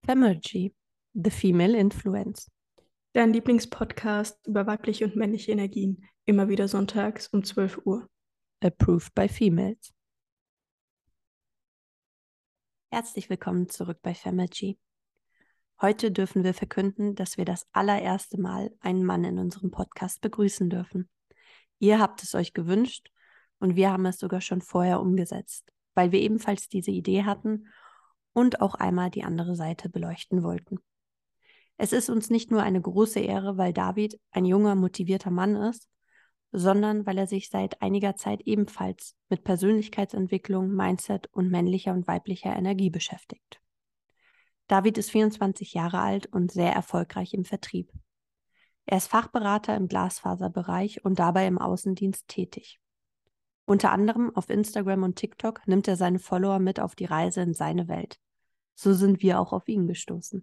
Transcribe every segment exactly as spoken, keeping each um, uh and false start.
Femergy, The Female Influence. Dein Lieblingspodcast über weibliche und männliche Energien. Immer wieder sonntags um zwölf Uhr. Approved by Females. Herzlich willkommen zurück bei Femergy. Heute dürfen wir verkünden, dass wir das allererste Mal einen Mann in unserem Podcast begrüßen dürfen. Ihr habt es euch gewünscht und wir haben es sogar schon vorher umgesetzt, weil wir ebenfalls diese Idee hatten und auch einmal die andere Seite beleuchten wollten. Es ist uns nicht nur eine große Ehre, weil David ein junger, motivierter Mann ist, sondern weil er sich seit einiger Zeit ebenfalls mit Persönlichkeitsentwicklung, Mindset und männlicher und weiblicher Energie beschäftigt. David ist vierundzwanzig Jahre alt und sehr erfolgreich im Vertrieb. Er ist Fachberater im Glasfaserbereich und dabei im Außendienst tätig. Unter anderem auf Instagram und TikTok nimmt er seine Follower mit auf die Reise in seine Welt. So sind wir auch auf ihn gestoßen.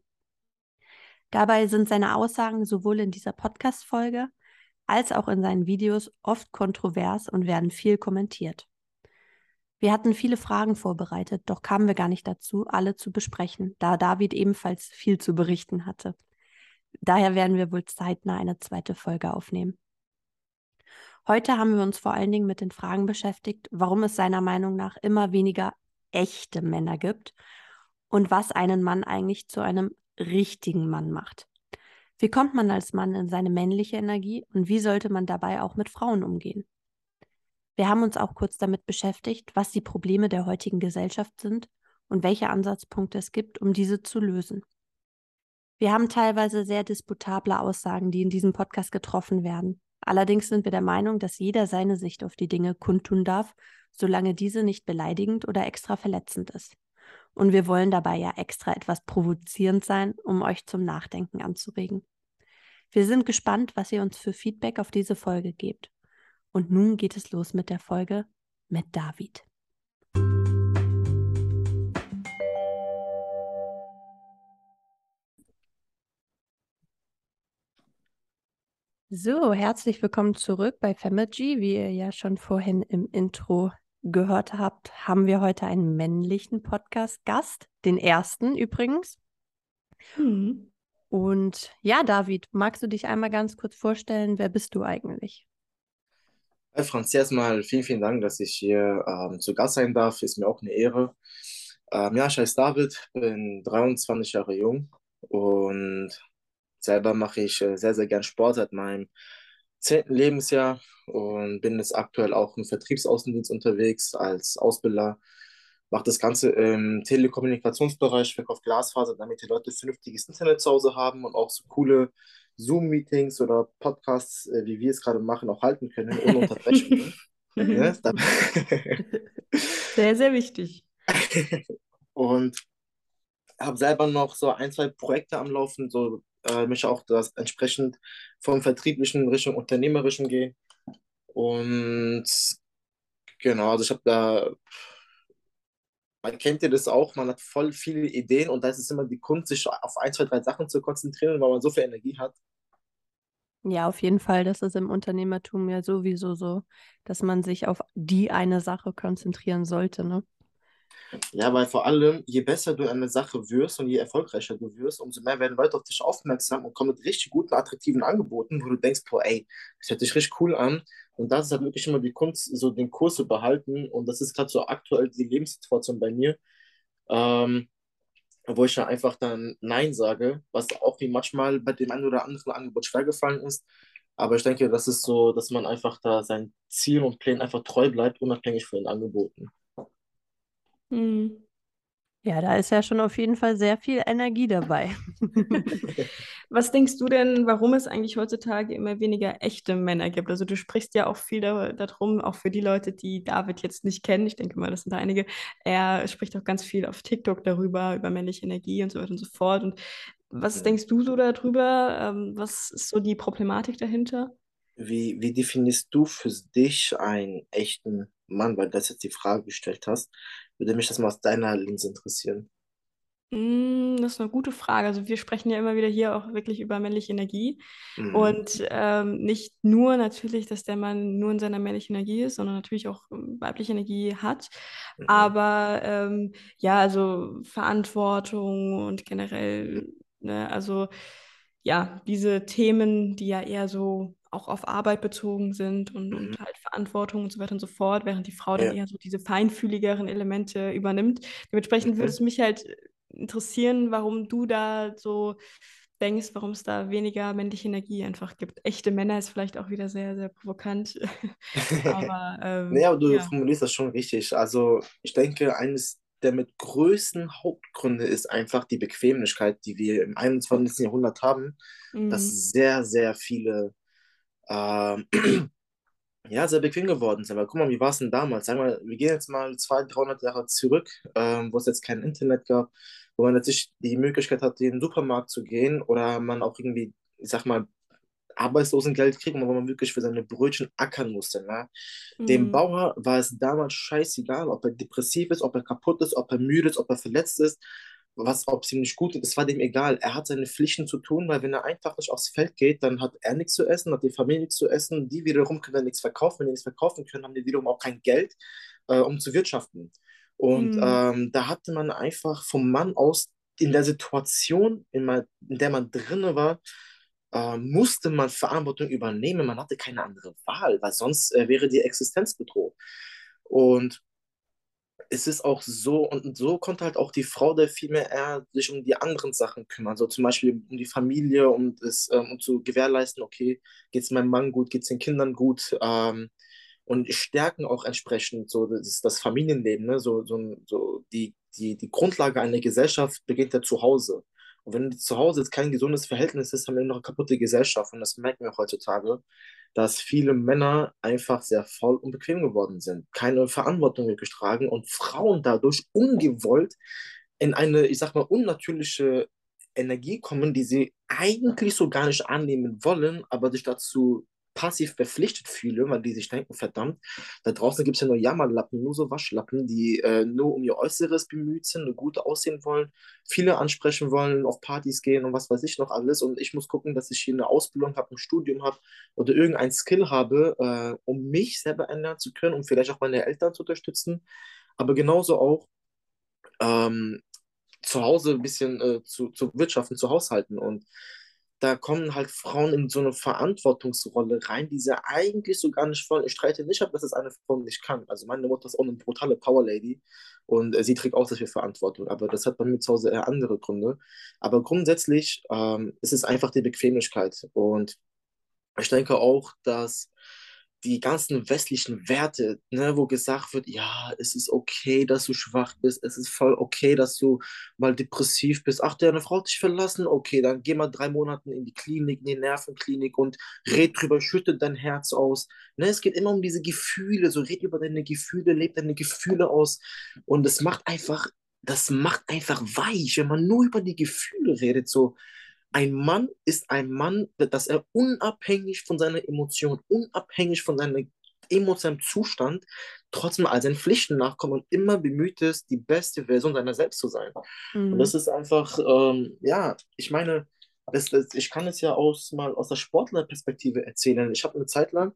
Dabei sind seine Aussagen sowohl in dieser Podcast-Folge als auch in seinen Videos oft kontrovers und werden viel kommentiert. Wir hatten viele Fragen vorbereitet, doch kamen wir gar nicht dazu, alle zu besprechen, da David ebenfalls viel zu berichten hatte. Daher werden wir wohl zeitnah eine zweite Folge aufnehmen. Heute haben wir uns vor allen Dingen mit den Fragen beschäftigt, warum es seiner Meinung nach immer weniger echte Männer gibt und was einen Mann eigentlich zu einem richtigen Mann macht. Wie kommt man als Mann in seine männliche Energie und wie sollte man dabei auch mit Frauen umgehen? Wir haben uns auch kurz damit beschäftigt, was die Probleme der heutigen Gesellschaft sind und welche Ansatzpunkte es gibt, um diese zu lösen. Wir haben teilweise sehr diskutable Aussagen, die in diesem Podcast getroffen werden. Allerdings sind wir der Meinung, dass jeder seine Sicht auf die Dinge kundtun darf, solange diese nicht beleidigend oder extra verletzend ist. Und wir wollen dabei ja extra etwas provozierend sein, um euch zum Nachdenken anzuregen. Wir sind gespannt, was ihr uns für Feedback auf diese Folge gebt. Und nun geht es los mit der Folge mit David. So, herzlich willkommen zurück bei Femergy. Wie ihr ja schon vorhin im Intro gehört habt, haben wir heute einen männlichen Podcast-Gast, den ersten übrigens. Hm. Und ja, David, magst du dich einmal ganz kurz vorstellen, wer bist du eigentlich? Hi Franz, erstmal vielen, vielen Dank, dass ich hier ähm, zu Gast sein darf. Ist mir auch eine Ehre. Ähm, ja, ich heiße David, bin dreiundzwanzig Jahre jung und selber mache ich äh, sehr, sehr gern Sport seit meinem zehnten Lebensjahr und bin jetzt aktuell auch im Vertriebsaußendienst unterwegs als Ausbilder. Mache das Ganze im Telekommunikationsbereich, verkaufe Glasfaser, damit die Leute vernünftiges Internet zu Hause haben und auch so coole Zoom-Meetings oder Podcasts, äh, wie wir es gerade machen, auch halten können, ohne Unterbrechungen. Ne? Da- Sehr, sehr wichtig. Und habe selber noch so ein, zwei Projekte am Laufen, so äh, mich auch das entsprechend vom Vertrieblichen Richtung Unternehmerischen gehen. Und genau, also ich habe da, man kennt ja das auch, man hat voll viele Ideen und da ist es immer die Kunst, sich auf ein, zwei, drei Sachen zu konzentrieren, weil man so viel Energie hat. Ja, auf jeden Fall, das ist im Unternehmertum ja sowieso so, dass man sich auf die eine Sache konzentrieren sollte, ne? Ja, weil vor allem, je besser du in einer Sache wirst und je erfolgreicher du wirst, umso mehr werden Leute auf dich aufmerksam und kommen mit richtig guten, attraktiven Angeboten, wo du denkst, boah, ey, das hört sich richtig cool an. Und das ist halt wirklich immer die Kunst, so den Kurs zu behalten. Und das ist gerade so aktuell die Lebenssituation bei mir, ähm, wo ich ja einfach dann Nein sage, was auch wie manchmal bei dem einen oder anderen Angebot schwergefallen ist. Aber ich denke, das ist so, dass man einfach da seinen Zielen und Plänen einfach treu bleibt, unabhängig von den Angeboten. Hm. Ja, da ist ja schon auf jeden Fall sehr viel Energie dabei. Was denkst du denn, warum es eigentlich heutzutage immer weniger echte Männer gibt? Also du sprichst ja auch viel da, darum, auch für die Leute, die David jetzt nicht kennen. Ich denke mal, das sind da einige. Er spricht auch ganz viel auf TikTok darüber, über männliche Energie und so weiter und so fort. Und was denkst du so darüber? Ähm, was ist so die Problematik dahinter? Wie, wie definierst du für dich einen echten Mann, weil du das jetzt die Frage gestellt hast? Würde mich das mal aus deiner Linse interessieren. Mm, Das ist eine gute Frage. Also wir sprechen ja immer wieder hier auch wirklich über männliche Energie Mhm. und ähm, nicht nur natürlich, dass der Mann nur in seiner männlichen Energie ist, sondern natürlich auch ähm, weibliche Energie hat. Mhm. Aber ähm, ja, also Verantwortung und generell, ne, also ja, diese Themen, die ja eher so auch auf Arbeit bezogen sind und, Mhm. und halt Verantwortung und so weiter und so fort, während die Frau dann Ja. eher so diese feinfühligeren Elemente übernimmt. Dementsprechend würde Mhm. es mich halt interessieren, warum du da so denkst, warum es da weniger männliche Energie einfach gibt. Echte Männer ist vielleicht auch wieder sehr, sehr provokant, aber Nee, ähm, aber du ja. formulierst das schon richtig. Also ich denke, eines der mit größten Hauptgründe ist einfach die Bequemlichkeit, die wir im einundzwanzigsten. Jahrhundert haben, dass Mhm. sehr, sehr viele ähm, ja, sehr bequem geworden sind. Weil guck mal, wie war es denn damals? Sagen wir, wir gehen jetzt mal zweihundert, dreihundert Jahre zurück, ähm, wo es jetzt kein Internet gab, wo man jetzt nicht die Möglichkeit hatte, in den Supermarkt zu gehen oder man auch irgendwie, ich sag mal, Arbeitslosengeld kriegt, wo man wirklich für seine Brötchen ackern musste. Ne? Dem Mhm. Bauer war es damals scheißegal, ob er depressiv ist, ob er kaputt ist, ob er müde ist, ob er verletzt ist, was, ob es ihm nicht gut ist, es war dem egal. Er hat seine Pflichten zu tun, weil wenn er einfach nicht aufs Feld geht, dann hat er nichts zu essen, hat die Familie nichts zu essen, die wiederum können dann nichts verkaufen. Wenn die nichts verkaufen können, haben die wiederum auch kein Geld, äh, um zu wirtschaften. Und Mhm. ähm, da hatte man einfach vom Mann aus in der Situation, in, man, in der man drinne war, äh, musste man Verantwortung übernehmen. Man hatte keine andere Wahl, weil sonst äh, wäre die Existenz bedroht. Und es ist auch so, und so konnte halt auch die Frau der viel mehr eher sich um die anderen Sachen kümmern, so zum Beispiel um die Familie, um, das, ähm, um zu gewährleisten, okay, geht es meinem Mann gut, geht es den Kindern gut, ähm, und stärken auch entsprechend so das, das Familienleben, ne? So, so, so die, die, die Grundlage einer Gesellschaft beginnt ja zu Hause. Und wenn zu Hause jetzt kein gesundes Verhältnis ist, haben wir noch eine kaputte Gesellschaft. Und das merken wir auch heutzutage, dass viele Männer einfach sehr faul und bequem geworden sind, keine Verantwortung wirklich tragen und Frauen dadurch ungewollt in eine, ich sag mal, unnatürliche Energie kommen, die sie eigentlich so gar nicht annehmen wollen, aber sich dazu passiv verpflichtet fühlen, weil die sich denken, verdammt, da draußen gibt es ja nur Jammerlappen, nur so Waschlappen, die äh, nur um ihr Äußeres bemüht sind, nur gut aussehen wollen, viele ansprechen wollen, auf Partys gehen und was weiß ich noch alles. Und ich muss gucken, dass ich hier eine Ausbildung habe, ein Studium habe oder irgendein Skill habe, äh, um mich selber ändern zu können, um vielleicht auch meine Eltern zu unterstützen, aber genauso auch ähm, zu Hause ein bisschen äh, zu, zu wirtschaften, zu haushalten. Und da kommen halt Frauen in so eine Verantwortungsrolle rein, die sie eigentlich so gar nicht wollen. Ich streite nicht ab, dass es eine Frau nicht kann. Also meine Mutter ist auch eine brutale Power Lady und äh, sie trägt auch sehr viel Verantwortung. Aber das hat bei mir zu Hause eher andere Gründe. Aber grundsätzlich ähm, ist es einfach die Bequemlichkeit. Und ich denke auch, dass die ganzen westlichen Werte, ne, wo gesagt wird, ja, es ist okay, dass du schwach bist, es ist voll okay, dass du mal depressiv bist. Ach, deine Frau hat dich verlassen, okay, dann geh mal drei Monate in die Klinik, in die Nervenklinik und red drüber, schütte dein Herz aus. Ne, es geht immer um diese Gefühle, so red über deine Gefühle, leb deine Gefühle aus und es macht einfach, das macht einfach weich, wenn man nur über die Gefühle redet, so ein Mann ist ein Mann, dass er unabhängig von seiner Emotion, unabhängig von seinem emotionalen Zustand, trotzdem all seinen Pflichten nachkommt und immer bemüht ist, die beste Version seiner selbst zu sein. Und Mhm. das ist einfach, ähm, ja, ich meine, das, das, ich kann es ja aus, mal aus der Sportlerperspektive erzählen. Ich habe eine Zeit lang,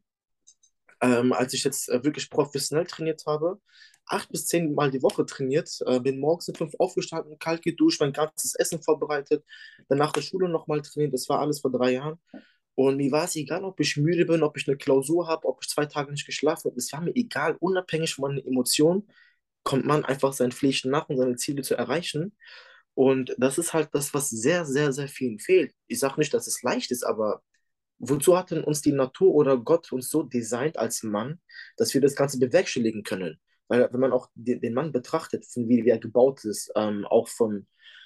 ähm, als ich jetzt äh, wirklich professionell trainiert habe, acht bis zehn Mal die Woche trainiert, äh, bin morgens um fünf aufgestanden, kalt geduscht, mein ganzes Essen vorbereitet, dann nach der Schule nochmal trainiert, das war alles vor drei Jahren. Und mir war es egal, ob ich müde bin, ob ich eine Klausur habe, ob ich zwei Tage nicht geschlafen habe, es war mir egal, unabhängig von meinen Emotionen, kommt man einfach seinen Pflichten nach, um seine Ziele zu erreichen. Und das ist halt das, was sehr, sehr, sehr vielen fehlt. Ich sage nicht, dass es leicht ist, aber wozu hat denn uns die Natur oder Gott uns so designt als Mann, dass wir das Ganze bewerkstelligen können? Weil wenn man auch den, den Mann betrachtet, von wie, wie er gebaut ist, ähm, auch von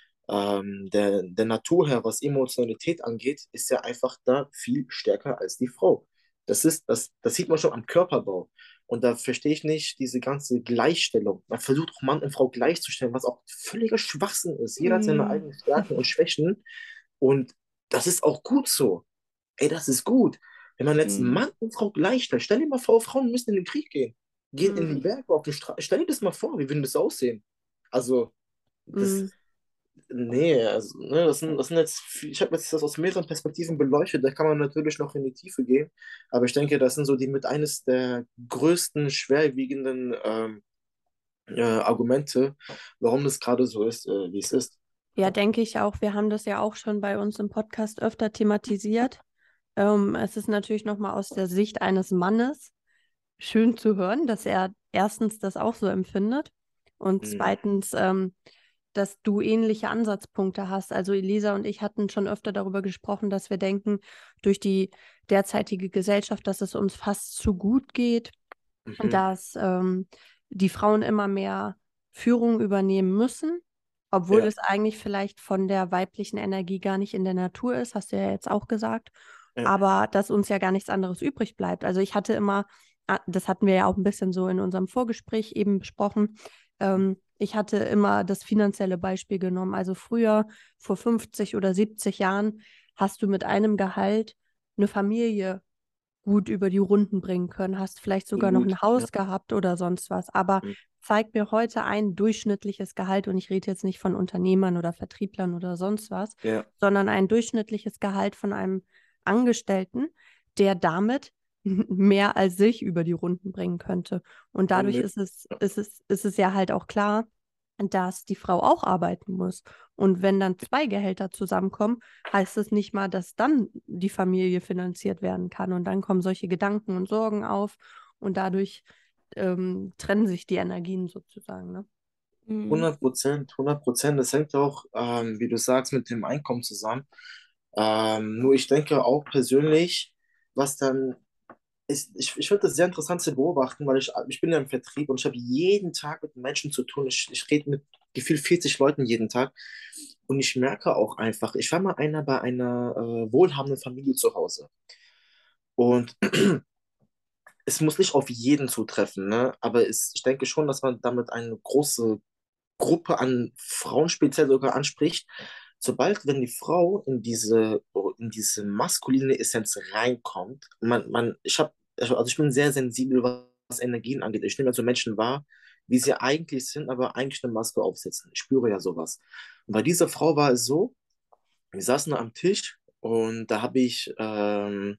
ähm, der, der Natur her, was Emotionalität angeht, ist er einfach da viel stärker als die Frau. Das ist, das, das sieht man schon am Körperbau. Und da verstehe ich nicht diese ganze Gleichstellung. Man versucht auch Mann und Frau gleichzustellen, was auch völliger Schwachsinn ist. Jeder hat seine Mhm. eigenen Stärken und Schwächen. Und das ist auch gut so. Ey, das ist gut. Wenn man jetzt Mhm. Mann und Frau gleichstellt, stell dir mal vor, Frauen müssen in den Krieg gehen. Gehen in die Mhm. Berge auf die Straße. Stell dir das mal vor, wie würde das aussehen? Also, das, Mhm. Nee, also, ne, das sind, das sind jetzt, viel- ich habe jetzt das aus mehreren Perspektiven beleuchtet, da kann man natürlich noch in die Tiefe gehen, aber ich denke, das sind so die mit eines der größten, schwerwiegenden ähm, äh, Argumente, warum das gerade so ist, äh, wie es ist. Ja, denke ich auch. Wir haben das ja auch schon bei uns im Podcast öfter thematisiert. Ähm, es ist natürlich nochmal aus der Sicht eines Mannes schön zu hören, dass er erstens das auch so empfindet und Mhm. zweitens, ähm, dass du ähnliche Ansatzpunkte hast. Also Elisa und ich hatten schon öfter darüber gesprochen, dass wir denken, durch die derzeitige Gesellschaft, dass es uns fast zu gut geht, Mhm. dass ähm, die Frauen immer mehr Führung übernehmen müssen, obwohl Ja, es eigentlich vielleicht von der weiblichen Energie gar nicht in der Natur ist, hast du ja jetzt auch gesagt, ja. aber dass uns ja gar nichts anderes übrig bleibt. Also ich hatte immer, ah, das hatten wir ja auch ein bisschen so in unserem Vorgespräch eben besprochen, ähm, ich hatte immer das finanzielle Beispiel genommen. Also früher, vor fünfzig oder siebzig Jahren, hast du mit einem Gehalt eine Familie gut über die Runden bringen können, hast vielleicht sogar noch Absolut. ein Ja. Haus gehabt oder sonst was. Aber Mhm. zeig mir heute ein durchschnittliches Gehalt, und ich rede jetzt nicht von Unternehmern oder Vertrieblern oder sonst was, Ja. sondern ein durchschnittliches Gehalt von einem Angestellten, der damit mehr als sich über die Runden bringen könnte. Und dadurch Unmöglich. ist es, ist es, ist es ja halt auch klar, dass die Frau auch arbeiten muss. Und wenn dann zwei Gehälter zusammenkommen, heißt es nicht mal, dass dann die Familie finanziert werden kann. Und dann kommen solche Gedanken und Sorgen auf und dadurch ähm, trennen sich die Energien sozusagen. Ne? Mhm. hundert Prozent, hundert Prozent. Das hängt auch, ähm, wie du sagst, mit dem Einkommen zusammen. Ähm, nur ich denke auch persönlich, was dann ist, ich, ich finde das sehr interessant zu beobachten, weil ich, ich bin ja im Vertrieb und ich habe jeden Tag mit Menschen zu tun. Ich, ich rede mit gefühlt vierzig Leuten jeden Tag und ich merke auch einfach, ich war mal einer bei einer äh, wohlhabenden Familie zu Hause und es muss nicht auf jeden zutreffen, ne? Aber es, ich denke schon, dass man damit eine große Gruppe an Frauen speziell sogar anspricht. Sobald, wenn die Frau in diese, in diese maskuline Essenz reinkommt, man, man, ich habe, also ich bin sehr sensibel, was Energien angeht. Ich nehme also Menschen wahr, wie sie eigentlich sind, aber eigentlich eine Maske aufsetzen. Ich spüre ja sowas. Und bei dieser Frau war es so, wir saßen am Tisch und da habe ich, ähm,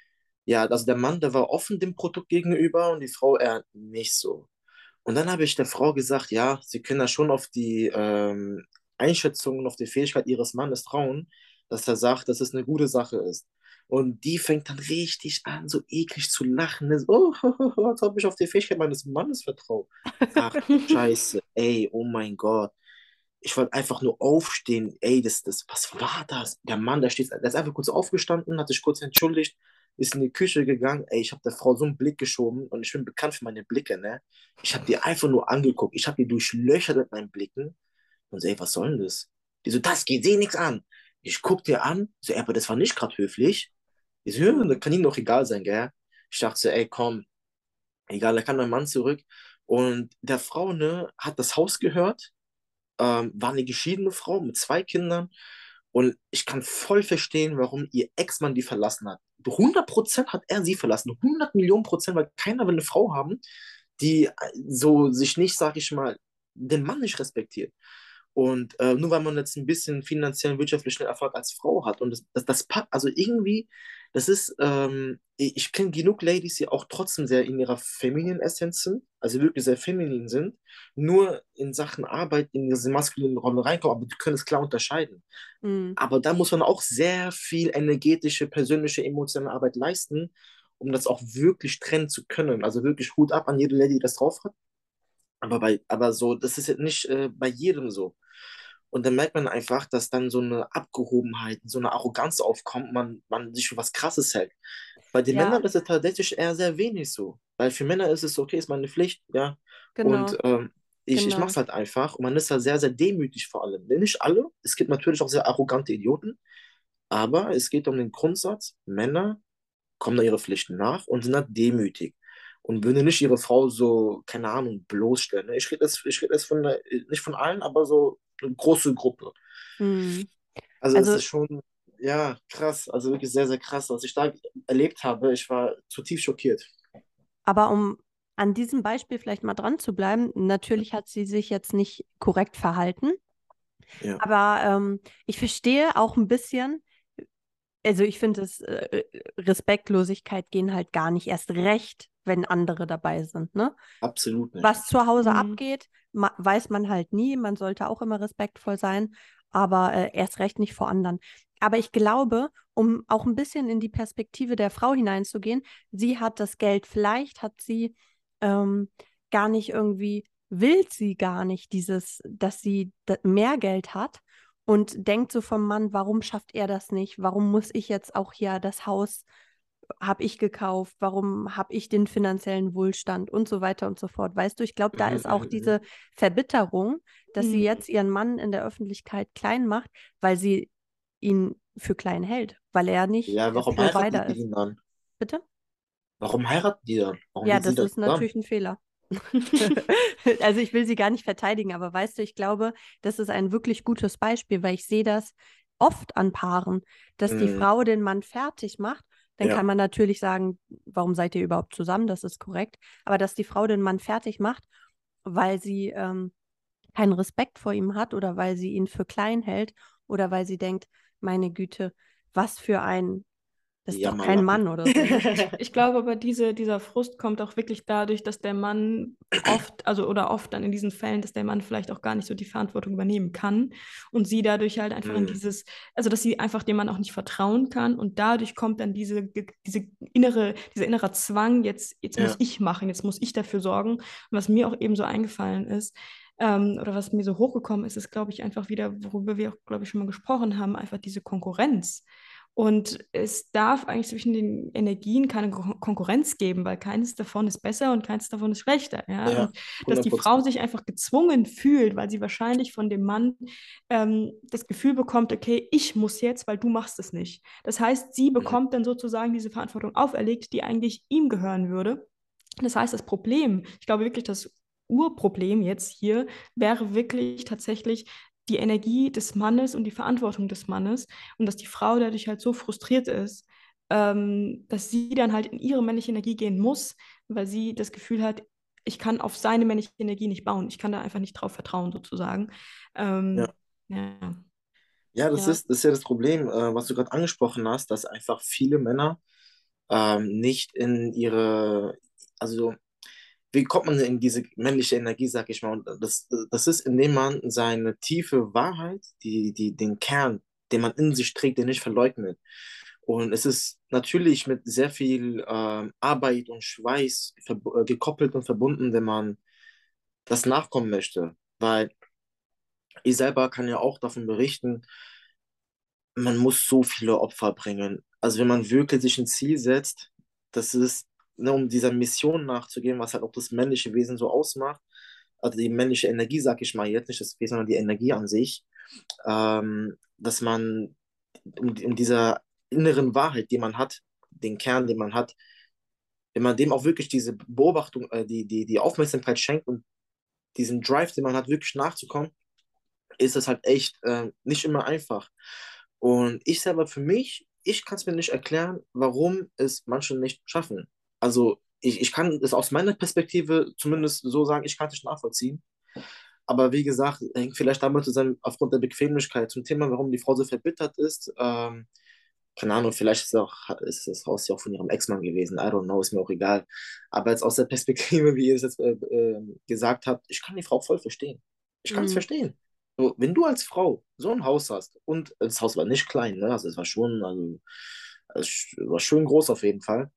ja, also der Mann, der war offen dem Produkt gegenüber und die Frau eher nicht so. Und dann habe ich der Frau gesagt, ja, Sie können da schon auf die ähm, Einschätzung und auf die Fähigkeit Ihres Mannes trauen, dass er sagt, dass es eine gute Sache ist. Und die fängt dann richtig an, so eklig zu lachen. Ne? So, oh, als ob ich auf die Fähigkeit meines Mannes vertraue. Ach du Scheiße, ey, oh mein Gott. Ich wollte einfach nur aufstehen. Ey, das, das, was war das? Der Mann, der steht, der ist einfach kurz aufgestanden, hat sich kurz entschuldigt, ist in die Küche gegangen. Ey, ich habe der Frau so einen Blick geschoben und ich bin bekannt für meine Blicke, ne? Ich habe die einfach nur angeguckt. Ich habe die durchlöchert mit meinen Blicken und so, ey, was soll denn das? Die so, das geht sie nichts an. Ich guck dir an, so, ey, aber das war nicht gerade höflich. Ich so, ja, das Mhm. kann ihnen doch egal sein, gell? Ich dachte so, ey, komm, egal, da kam mein Mann zurück und der Frau, ne, hat das Haus gehört, ähm, war eine geschiedene Frau mit zwei Kindern und ich kann voll verstehen, warum ihr Ex-Mann die verlassen hat. hundert Prozent hat er sie verlassen, hundert Millionen Prozent, weil keiner will eine Frau haben, die äh, so sich nicht, sag ich mal, den Mann nicht respektiert. Und äh, nur weil man jetzt ein bisschen finanziellen, wirtschaftlichen Erfolg als Frau hat und das, das, das packt, also irgendwie, das ist, ähm, ich, ich kenne genug Ladies, die auch trotzdem sehr in ihrer femininen Essenz sind, also wirklich sehr feminin sind, nur in Sachen Arbeit in diese maskulinen Rollen reinkommen, aber die können es klar unterscheiden. Mhm. Aber da muss man auch sehr viel energetische, persönliche, emotionale Arbeit leisten, um das auch wirklich trennen zu können. Also wirklich Hut ab an jede Lady, die das drauf hat. Aber, bei, aber so, das ist jetzt nicht äh, bei jedem so. Und dann merkt man einfach, dass dann so eine Abgehobenheit, so eine Arroganz aufkommt, man, man sich für was Krasses hält. Bei den Ja, Männern ist es tatsächlich eher sehr wenig so. Weil für Männer ist es okay, ist meine Pflicht, ja. Und genau, ähm, ich, ich mache genau. es halt einfach. Und man ist da sehr, sehr demütig vor allem. Nicht alle. Es gibt natürlich auch sehr arrogante Idioten. Aber es geht um den Grundsatz, Männer kommen da ihre Pflichten nach und sind dann demütig. Und würden nicht ihre Frau so, keine Ahnung, bloßstellen. Ne? Ich rede jetzt, ich rede jetzt von, der- nicht von allen, aber so eine große Gruppe. Mhm. Also es Also, ist schon, ja, krass. Also wirklich sehr, sehr krass. Was ich da erlebt habe, ich war zutiefst schockiert. aber um an diesem Beispiel vielleicht mal dran zu bleiben, natürlich hat sie sich jetzt nicht korrekt verhalten. Ja, Aber ähm, ich verstehe auch ein bisschen, also ich finde es, äh, Respektlosigkeit gehen halt gar nicht erst recht, wenn andere dabei sind, ne? absolut nicht. Was zu Hause Mhm. abgeht, ma weiß man halt nie. Man sollte auch immer respektvoll sein, aber äh, erst recht nicht vor anderen. Aber ich glaube, um auch ein bisschen in die Perspektive der Frau hineinzugehen, sie hat das Geld, vielleicht hat sie ähm, gar nicht irgendwie, will sie gar nicht dieses, dass sie da- mehr Geld hat und denkt so vom Mann, warum schafft er das nicht? Warum muss ich jetzt auch hier das Haus habe ich gekauft, warum habe ich den finanziellen Wohlstand und so weiter und so fort. Weißt du, ich glaube, da Mhm, ist auch mhm, mhm. diese Verbitterung, dass sie Mhm. jetzt ihren Mann in der Öffentlichkeit klein macht, weil sie ihn für klein hält, weil er nicht Ja, der warum heiraten Provider die ist. ihn dann? Bitte? Warum heiraten die dann? Warum Ja, leben sie das dann ist zusammen? natürlich ein Fehler. Also ich will sie gar nicht verteidigen, aber weißt du, ich glaube, das ist ein wirklich gutes Beispiel, weil ich sehe das oft an Paaren, dass die Mhm. Frau den Mann fertig macht. Dann Ja, kann man natürlich sagen, warum seid ihr überhaupt zusammen? Das ist korrekt. Aber dass die Frau den Mann fertig macht, weil sie ähm, keinen Respekt vor ihm hat oder weil sie ihn für klein hält oder weil sie denkt, meine Güte, was für ein, das die ist doch kein Jammerlappen. Mann oder so, ne? Ich glaube aber, diese, dieser Frust kommt auch wirklich dadurch, dass der Mann oft, also oder oft dann in diesen Fällen, dass der Mann vielleicht auch gar nicht so die Verantwortung übernehmen kann und sie dadurch halt einfach in Mhm. dieses, also dass sie einfach dem Mann auch nicht vertrauen kann und dadurch kommt dann diese, diese innere, dieser innere Zwang, jetzt, jetzt muss Ja, ich machen, jetzt muss ich dafür sorgen. Und was mir auch eben so eingefallen ist, ähm, oder was mir so hochgekommen ist, ist, glaube ich, einfach wieder, worüber wir auch, glaube ich, schon mal gesprochen haben, einfach diese Konkurrenz. Und es darf eigentlich zwischen den Energien keine Kon Konkurrenz geben, weil keines davon ist besser und keines davon ist schlechter. Ja? ja, Und dass hundert die Frau Prozent. sich einfach gezwungen fühlt, weil sie wahrscheinlich von dem Mann ähm, das Gefühl bekommt, okay, ich muss jetzt, weil du machst es nicht. Das heißt, sie Mhm. bekommt dann sozusagen diese Verantwortung auferlegt, die eigentlich ihm gehören würde. Das heißt, das Problem, ich glaube wirklich, das Urproblem jetzt hier wäre wirklich tatsächlich die Energie des Mannes und die Verantwortung des Mannes und dass die Frau dadurch halt so frustriert ist, ähm, dass sie dann halt in ihre männliche Energie gehen muss, weil sie das Gefühl hat, ich kann auf seine männliche Energie nicht bauen. Ich kann da einfach nicht drauf vertrauen, sozusagen. Ja. Ähm, ja. Ja, das Ja. ist, das ist ja das Problem, äh, was du gerade angesprochen hast, dass einfach viele Männer ähm, nicht in ihre, also wie kommt man denn in diese männliche Energie, sag ich mal? Und das, das ist, indem man seine tiefe Wahrheit, die, die, den Kern, den man in sich trägt, den nicht verleugnet. Und es ist natürlich mit sehr viel ähm, Arbeit und Schweiß verb- äh, gekoppelt und verbunden, wenn man das nachkommen möchte. Weil ich selber kann ja auch davon berichten, man muss so viele Opfer bringen. Also wenn man wirklich sich ein Ziel setzt, das ist, ne, um dieser Mission nachzugehen, was halt auch das männliche Wesen so ausmacht, also die männliche Energie, sag ich mal jetzt nicht das Wesen, sondern die Energie an sich, ähm, dass man um, um dieser inneren Wahrheit, die man hat, den Kern, den man hat, wenn man dem auch wirklich diese Beobachtung, äh, die, die, die Aufmerksamkeit schenkt und diesen Drive, den man hat, wirklich nachzukommen, ist das halt echt äh, nicht immer einfach. Und ich selber für mich, ich kann es mir nicht erklären, warum es manche nicht schaffen. Also ich, ich kann es aus meiner Perspektive zumindest so sagen, ich kann es nicht nachvollziehen. Aber wie gesagt, hängt vielleicht damit zusammen, aufgrund der Bequemlichkeit zum Thema, warum die Frau so verbittert ist. Ähm, keine Ahnung, vielleicht ist, auch, ist das Haus ja auch von ihrem Ex-Mann gewesen. I don't know, ist mir auch egal. Aber jetzt aus der Perspektive, wie ihr es jetzt äh, äh, gesagt habt, ich kann die Frau voll verstehen. Ich kann es Mhm. verstehen. So, wenn du als Frau so ein Haus hast und das Haus war nicht klein, ne? Also es war schon, also es war schön groß auf jeden Fall.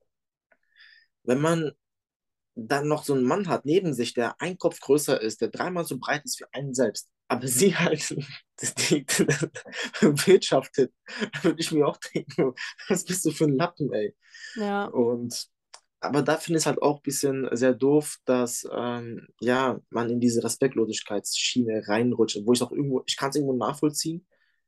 Wenn man dann noch so einen Mann hat neben sich, der ein Kopf größer ist, der dreimal so breit ist wie einen selbst, aber sie halt die, die, wirtschaftet, würde ich mir auch denken, was bist du für ein Lappen, ey? Ja. Und aber da finde ich es halt auch ein bisschen sehr doof, dass ähm, ja, man in diese Respektlosigkeitsschiene reinrutscht, wo ich auch irgendwo, ich kann es irgendwo nachvollziehen,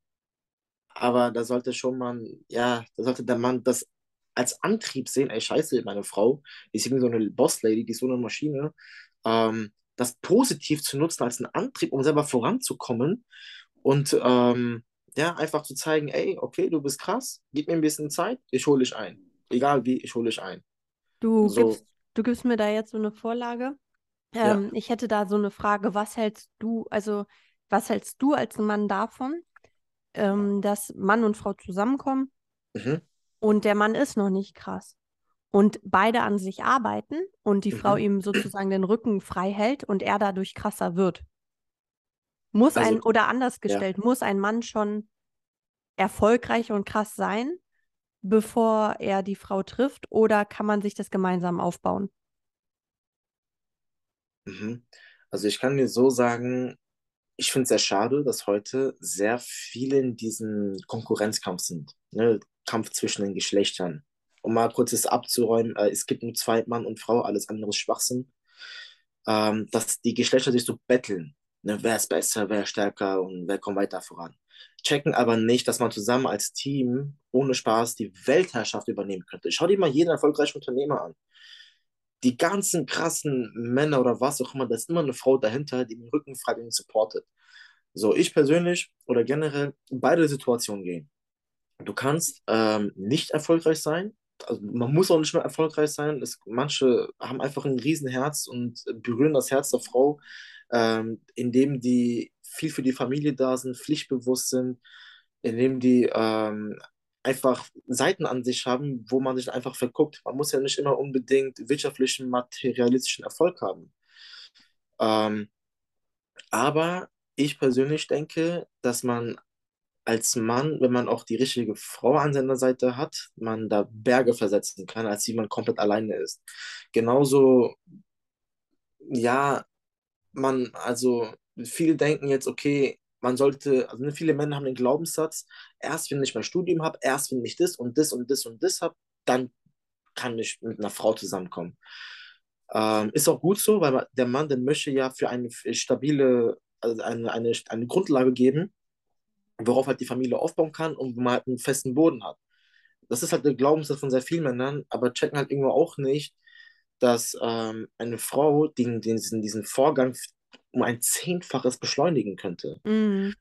aber da sollte schon man, ja, da sollte der Mann das als Antrieb sehen, ey, scheiße, meine Frau, die ist irgendwie so eine Boss-Lady, die ist so eine Maschine, ähm, das positiv zu nutzen als einen Antrieb, um selber voranzukommen und ähm, ja, einfach zu zeigen, ey, okay, du bist krass, gib mir ein bisschen Zeit, ich hole dich ein. Egal wie, ich hole dich ein. Du So, gibst, du gibst mir da jetzt so eine Vorlage. ja. Ähm, ich hätte da so eine Frage, was hältst du, also Was hältst du als Mann davon, ähm, dass Mann und Frau zusammenkommen Mhm. und der Mann ist noch nicht krass und beide an sich arbeiten und die Frau Mhm. ihm sozusagen den Rücken frei hält und er dadurch krasser wird? Muss Also, ein, oder anders ja. gestellt, muss ein Mann schon erfolgreich und krass sein, bevor er die Frau trifft, oder kann man sich das gemeinsam aufbauen? Mhm. Also ich kann dir so sagen, ich finde es sehr schade, dass heute sehr viele in diesem Konkurrenzkampf sind. Ne? Kampf zwischen den Geschlechtern. Um mal kurz das abzuräumen, äh, es gibt nur zwei, Mann und Frau, alles andere ist Schwachsinn. Ähm, dass die Geschlechter sich so betteln. Ne? Wer ist besser, wer ist stärker und wer kommt weiter voran. Checken aber nicht, dass man zusammen als Team ohne Spaß die Weltherrschaft übernehmen könnte. Schau dir mal jeden erfolgreichen Unternehmer an. Die ganzen krassen Männer oder was auch immer, da ist immer eine Frau dahinter, die den Rücken frei und supportet. So, ich persönlich oder generell in beide Situationen gehen. Du kannst ähm, nicht erfolgreich sein. Also man muss auch nicht mehr erfolgreich sein. Es, manche haben einfach ein Riesenherz und berühren das Herz der Frau, ähm, indem die viel für die Familie da sind, pflichtbewusst sind, indem die ähm, einfach Seiten an sich haben, wo man sich einfach verguckt. Man muss ja nicht immer unbedingt wirtschaftlichen, materialistischen Erfolg haben. Ähm, aber ich persönlich denke, dass man als Mann, wenn man auch die richtige Frau an seiner Seite hat, man da Berge versetzen kann, als wie man komplett alleine ist. Genauso, ja, man, also viele denken jetzt, okay, man sollte, also ne, viele Männer haben den Glaubenssatz, erst wenn ich mein Studium habe, erst wenn ich das und das und das und das habe, dann kann ich mit einer Frau zusammenkommen. Ähm, ist auch gut so, weil der Mann, der möchte ja für eine stabile, also eine, eine, eine Grundlage geben, worauf halt die Familie aufbauen kann und wo man halt einen festen Boden hat. Das ist halt der Glaubenssatz von sehr vielen Männern, aber checken halt irgendwo auch nicht, dass ähm, eine Frau den, den, diesen, diesen Vorgang um ein Zehnfaches beschleunigen könnte. Mhm.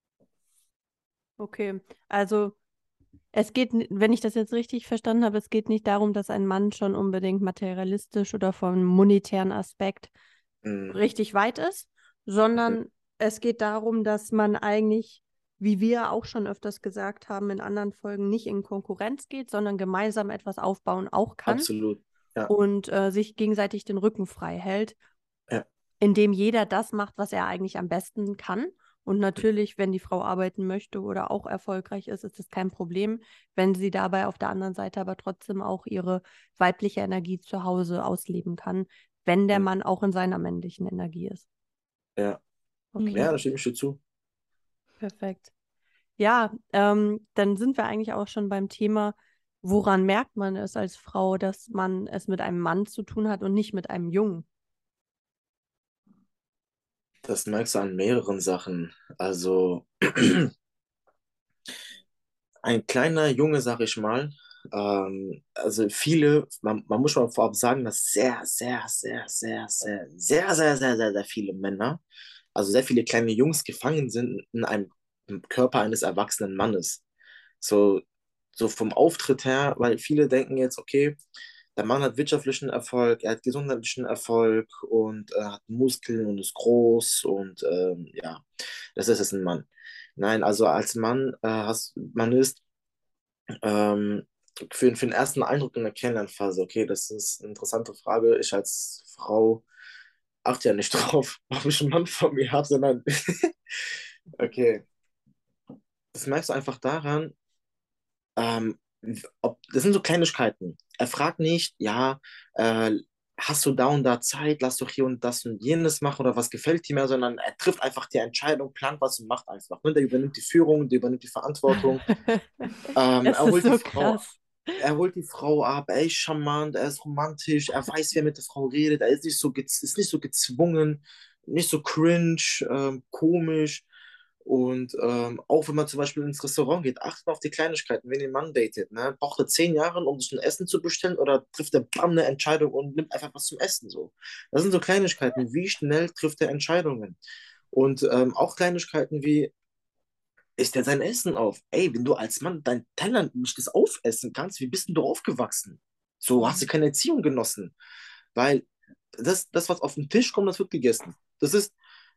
Okay, also es geht, n- wenn ich das jetzt richtig verstanden habe, es geht nicht darum, dass ein Mann schon unbedingt materialistisch oder vom monetären Aspekt Mhm. richtig weit ist, Mhm. sondern es geht darum, dass man eigentlich, wie wir auch schon öfters gesagt haben in anderen Folgen, nicht in Konkurrenz geht, sondern gemeinsam etwas aufbauen auch kann Absolut. Ja, und äh, sich gegenseitig den Rücken frei hält, ja. indem jeder das macht, was er eigentlich am besten kann. Und natürlich, wenn die Frau arbeiten möchte oder auch erfolgreich ist, ist es kein Problem, wenn sie dabei auf der anderen Seite aber trotzdem auch ihre weibliche Energie zu Hause ausleben kann, wenn der Mhm. Mann auch in seiner männlichen Energie ist. Ja. Okay, Mhm. Ja, da stimme ich dir zu. perfekt. Ja, ähm, dann sind wir eigentlich auch schon beim Thema, woran merkt man es als Frau, dass man es mit einem Mann zu tun hat und nicht mit einem Jungen? Das merkst du an mehreren Sachen. Also ein kleiner Junge, sag ich mal, ähm, also viele, man, man muss schon vorab sagen, dass sehr, sehr, sehr, sehr, sehr, sehr, sehr, sehr, sehr, sehr viele Männer, also sehr viele kleine Jungs gefangen sind in einem Körper eines erwachsenen Mannes. So, so vom Auftritt her, weil viele denken jetzt, okay, der Mann hat wirtschaftlichen Erfolg, er hat gesundheitlichen Erfolg und er hat Muskeln und ist groß und ähm, ja, das ist es ein Mann. Nein, also als Mann äh, hast, man ist ähm, für, für den ersten Eindruck in der Kennenlernphase, okay, das ist eine interessante Frage. Ich als Frau achte ja nicht drauf, ob ich einen Mann vor mir habe, sondern okay, das merkst du einfach daran, ähm, ob, das sind so Kleinigkeiten. Er fragt nicht, ja, äh, hast du da und da Zeit, lass doch hier und das und jenes machen oder was gefällt dir mehr, sondern er trifft einfach die Entscheidung, plant was und macht einfach. Ne? Der übernimmt die Führung, der übernimmt die Verantwortung. Ähm, Es er ist holt die so Frau krass. er holt die Frau ab, er ist charmant, er ist romantisch, er weiß, wie er mit der Frau redet, er ist nicht so, gez- ist nicht so gezwungen, nicht so cringe, ähm, komisch. Und ähm, auch wenn man zum Beispiel ins Restaurant geht, achtet auf die Kleinigkeiten, wenn ihr einen Mann datet, ne? Braucht er zehn Jahre, um sich ein Essen zu bestellen oder trifft er bam eine Entscheidung und nimmt einfach was zum Essen so? Das sind so Kleinigkeiten, wie schnell trifft er Entscheidungen? Und ähm, auch Kleinigkeiten wie, isst er sein Essen auf. Ey, wenn du als Mann dein Teller nicht das aufessen kannst, wie bist denn du aufgewachsen? So hast du Mhm. keine Erziehung genossen. Weil das, das, was auf den Tisch kommt, das wird gegessen. Das ist,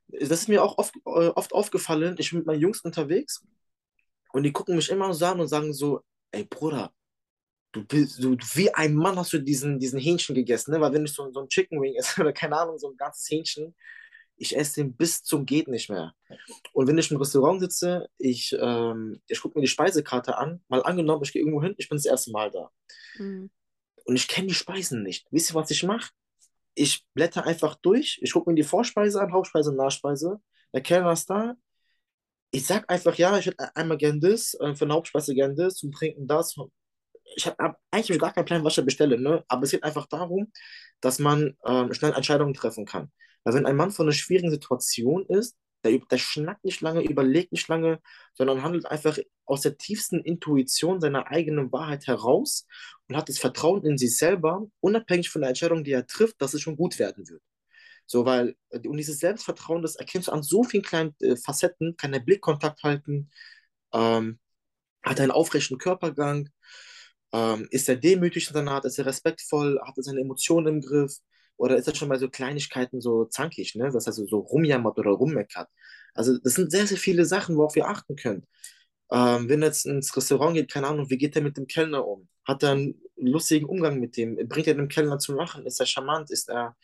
Das ist mir auch oft, äh, oft aufgefallen. Ich bin mit meinen Jungs unterwegs und die gucken mich immer so an und sagen so, ey Bruder, du bist, du, du- wie ein Mann hast du diesen, diesen Hähnchen gegessen, ne? Weil wenn ich so, so ein Chicken Wing esse oder keine Ahnung, so ein ganzes Hähnchen, ich esse den bis zum geht nicht mehr. Und wenn ich im Restaurant sitze, ich, ähm, ich gucke mir die Speisekarte an, mal angenommen, ich gehe irgendwo hin, ich bin das erste Mal da. Mhm. Und ich kenne die Speisen nicht. Wisst ihr, was ich mache? Ich blätter einfach durch, ich gucke mir die Vorspeise an, Hauptspeise, Nachspeise. Der Kellner ist da. Ich sag einfach, ja, ich hätte einmal gern das, äh, für eine Hauptspeise gern das, zum Trinken das. Ich habe hab eigentlich gar keinen Plan, was ich bestelle, ne? Aber es geht einfach darum, dass man ähm, schnell Entscheidungen treffen kann. Weil wenn ein Mann vor einer schwierigen Situation ist, der, der schnackt nicht lange, überlegt nicht lange, sondern handelt einfach aus der tiefsten Intuition seiner eigenen Wahrheit heraus und hat das Vertrauen in sich selber, unabhängig von der Entscheidung, die er trifft, dass es schon gut werden wird. So, weil, äh, und dieses Selbstvertrauen, das erkennst du an so vielen kleinen äh, Facetten, kann der Blickkontakt halten, ähm, hat einen aufrechten Körpergang, ähm, ist er demütig in seiner Art, ist er respektvoll, hat er seine Emotionen im Griff oder ist er schon bei so Kleinigkeiten so zankig, ne? Das heißt, so rumjammert oder rummeckert. Also das sind sehr, sehr viele Sachen, worauf wir achten können. Ähm, wenn er jetzt ins Restaurant geht, keine Ahnung, wie geht er mit dem Kellner um? Hat er einen lustigen Umgang mit dem? Bringt er den Kellner zum Lachen? Ist er charmant? Ist er,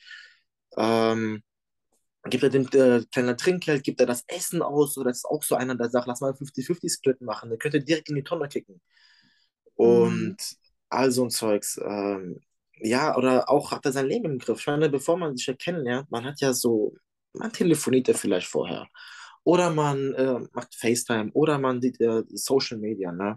ähm, gibt er dem äh, Kellner Trinkgeld? Gibt er das Essen aus? Oder ist auch so einer, der sagt, lass mal einen fünfzig fünfzig Split machen? Der könnte direkt in die Tonne kicken. Mhm. Und all so ein Zeugs. Ähm, ja, oder auch hat er sein Leben im Griff. Ich meine, bevor man sich ja kennenlernt, man hat ja so, man telefoniert ja vielleicht vorher. Oder man äh, macht FaceTime oder man sieht äh, Social Media, ne?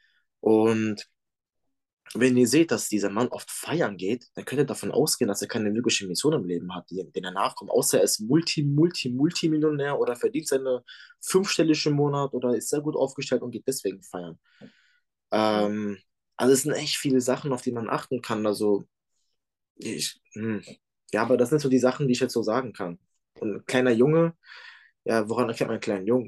Und wenn ihr seht, dass dieser Mann oft feiern geht, dann könnt ihr davon ausgehen, dass er keine wirkliche Mission im Leben hat, die, den er nachkommt. Außer er ist Multi, Multi, Multimillionär oder verdient seine fünfstellige im Monat oder ist sehr gut aufgestellt und geht deswegen feiern. Mhm. Ähm, also es sind echt viele Sachen, auf die man achten kann. Also ich, hm. Ja, aber das sind so die Sachen, die ich jetzt so sagen kann. Und ein kleiner Junge, ja, woran erkennt man einen kleinen Jungen?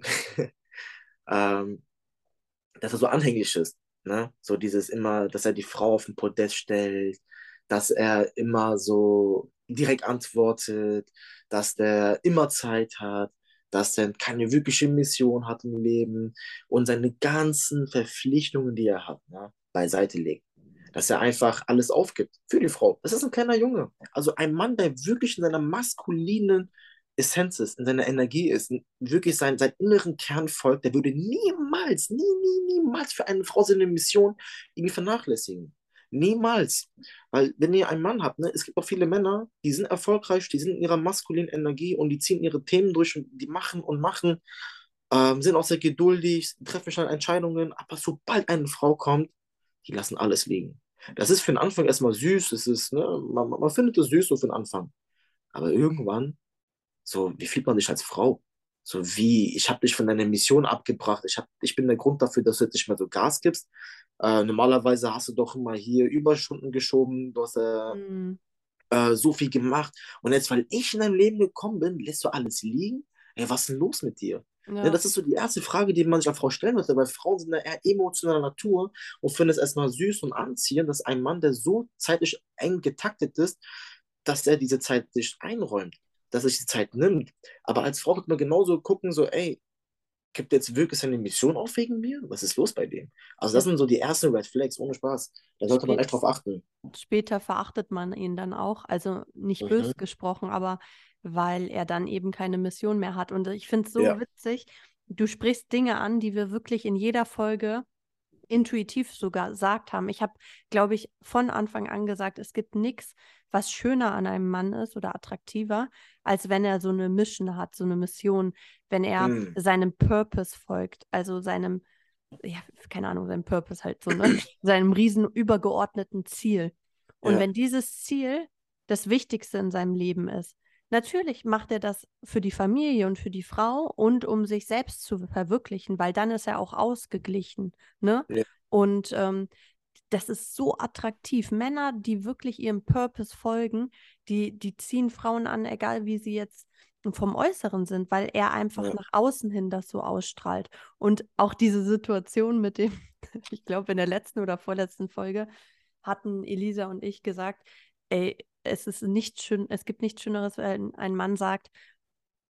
ähm, Dass er so anhänglich ist, ne? So dieses immer, dass er die Frau auf den Podest stellt, dass er immer so direkt antwortet, dass der immer Zeit hat, dass er keine wirkliche Mission hat im Leben und seine ganzen Verpflichtungen, die er hat, ne, beiseite legt. Dass er einfach alles aufgibt für die Frau. Das ist ein kleiner Junge. Also ein Mann, der wirklich in seiner maskulinen Essenz ist, in seiner Energie ist, wirklich sein, seinen inneren Kern folgt, der würde niemals, nie, nie, niemals für eine Frau seine Mission irgendwie vernachlässigen. Niemals. Weil wenn ihr einen Mann habt, ne, es gibt auch viele Männer, die sind erfolgreich, die sind in ihrer maskulinen Energie und die ziehen ihre Themen durch und die machen und machen, ähm, sind auch sehr geduldig, treffen schnell Entscheidungen, aber sobald eine Frau kommt, die lassen alles liegen. Das ist für den Anfang erstmal süß, es ist, ne, man, man findet es süß so für den Anfang. Aber irgendwann so, wie fühlt man sich als Frau? So wie, ich habe dich von deiner Mission abgebracht, ich, hab, ich bin der Grund dafür, dass du jetzt nicht mehr so Gas gibst. Äh, normalerweise hast du doch immer hier Überstunden geschoben, du hast äh, Mhm. äh, so viel gemacht. Und jetzt, weil ich in dein Leben gekommen bin, lässt du alles liegen? Ey, was ist denn los mit dir? Ne, Ja, das ist so die erste Frage, die man sich als Frau stellen sollte, weil Frauen sind ja eher emotionaler Natur und finden es erstmal süß und anziehend, dass ein Mann, der so zeitlich eng getaktet ist, dass er diese Zeit sich einräumt, dass er sich die Zeit nimmt. Aber als Frau wird man genauso gucken, so, ey, gibt er jetzt wirklich seine Mission auf wegen mir? Was ist los bei dem? Also das es sind so die ersten Red Flags, ohne Spaß. Da sollte man spät, echt drauf achten. später verachtet man ihn dann auch. Also nicht Mhm. bös gesprochen, aber weil er dann eben keine Mission mehr hat. Und ich finde es so Ja. witzig, du sprichst Dinge an, die wir wirklich in jeder Folge intuitiv sogar gesagt haben. Ich habe, glaube ich, von Anfang an gesagt, es gibt nichts, was schöner an einem Mann ist oder attraktiver, als wenn er so eine Mission hat, so eine Mission, wenn er Mm. seinem Purpose folgt, also seinem, ja, keine Ahnung, seinem Purpose halt so, ne? Seinem riesen übergeordneten Ziel. Und Ja. wenn dieses Ziel das Wichtigste in seinem Leben ist, natürlich macht er das für die Familie und für die Frau und um sich selbst zu verwirklichen, weil dann ist er auch ausgeglichen, ne? Ja. Und ähm, das ist so attraktiv. Männer, die wirklich ihrem Purpose folgen, die, die ziehen Frauen an, egal wie sie jetzt vom Äußeren sind, weil er einfach Ja. nach außen hin das so ausstrahlt. Und auch diese Situation mit dem, ich glaube, in der letzten oder vorletzten Folge hatten Elisa und ich gesagt, ey, es ist nicht schön, es gibt nichts Schöneres, wenn ein Mann sagt,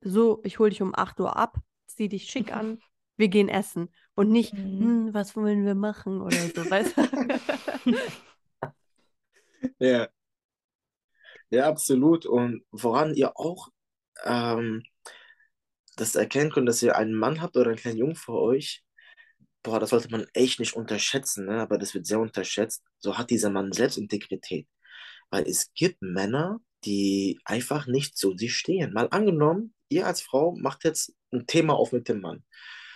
so, ich hole dich um acht Uhr ab, zieh dich schick an, wir gehen essen. Und nicht, Mhm. hm, was wollen wir machen oder so, weißt du? Ja, ja, absolut. Und woran ihr auch ähm, das erkennen könnt, dass ihr einen Mann habt oder einen kleinen Jungen vor euch, boah, das sollte man echt nicht unterschätzen, ne? Aber das wird sehr unterschätzt. So hat dieser Mann Selbstintegrität. Weil es gibt Männer, die einfach nicht zu sich stehen. Mal angenommen, ihr als Frau macht jetzt ein Thema auf mit dem Mann.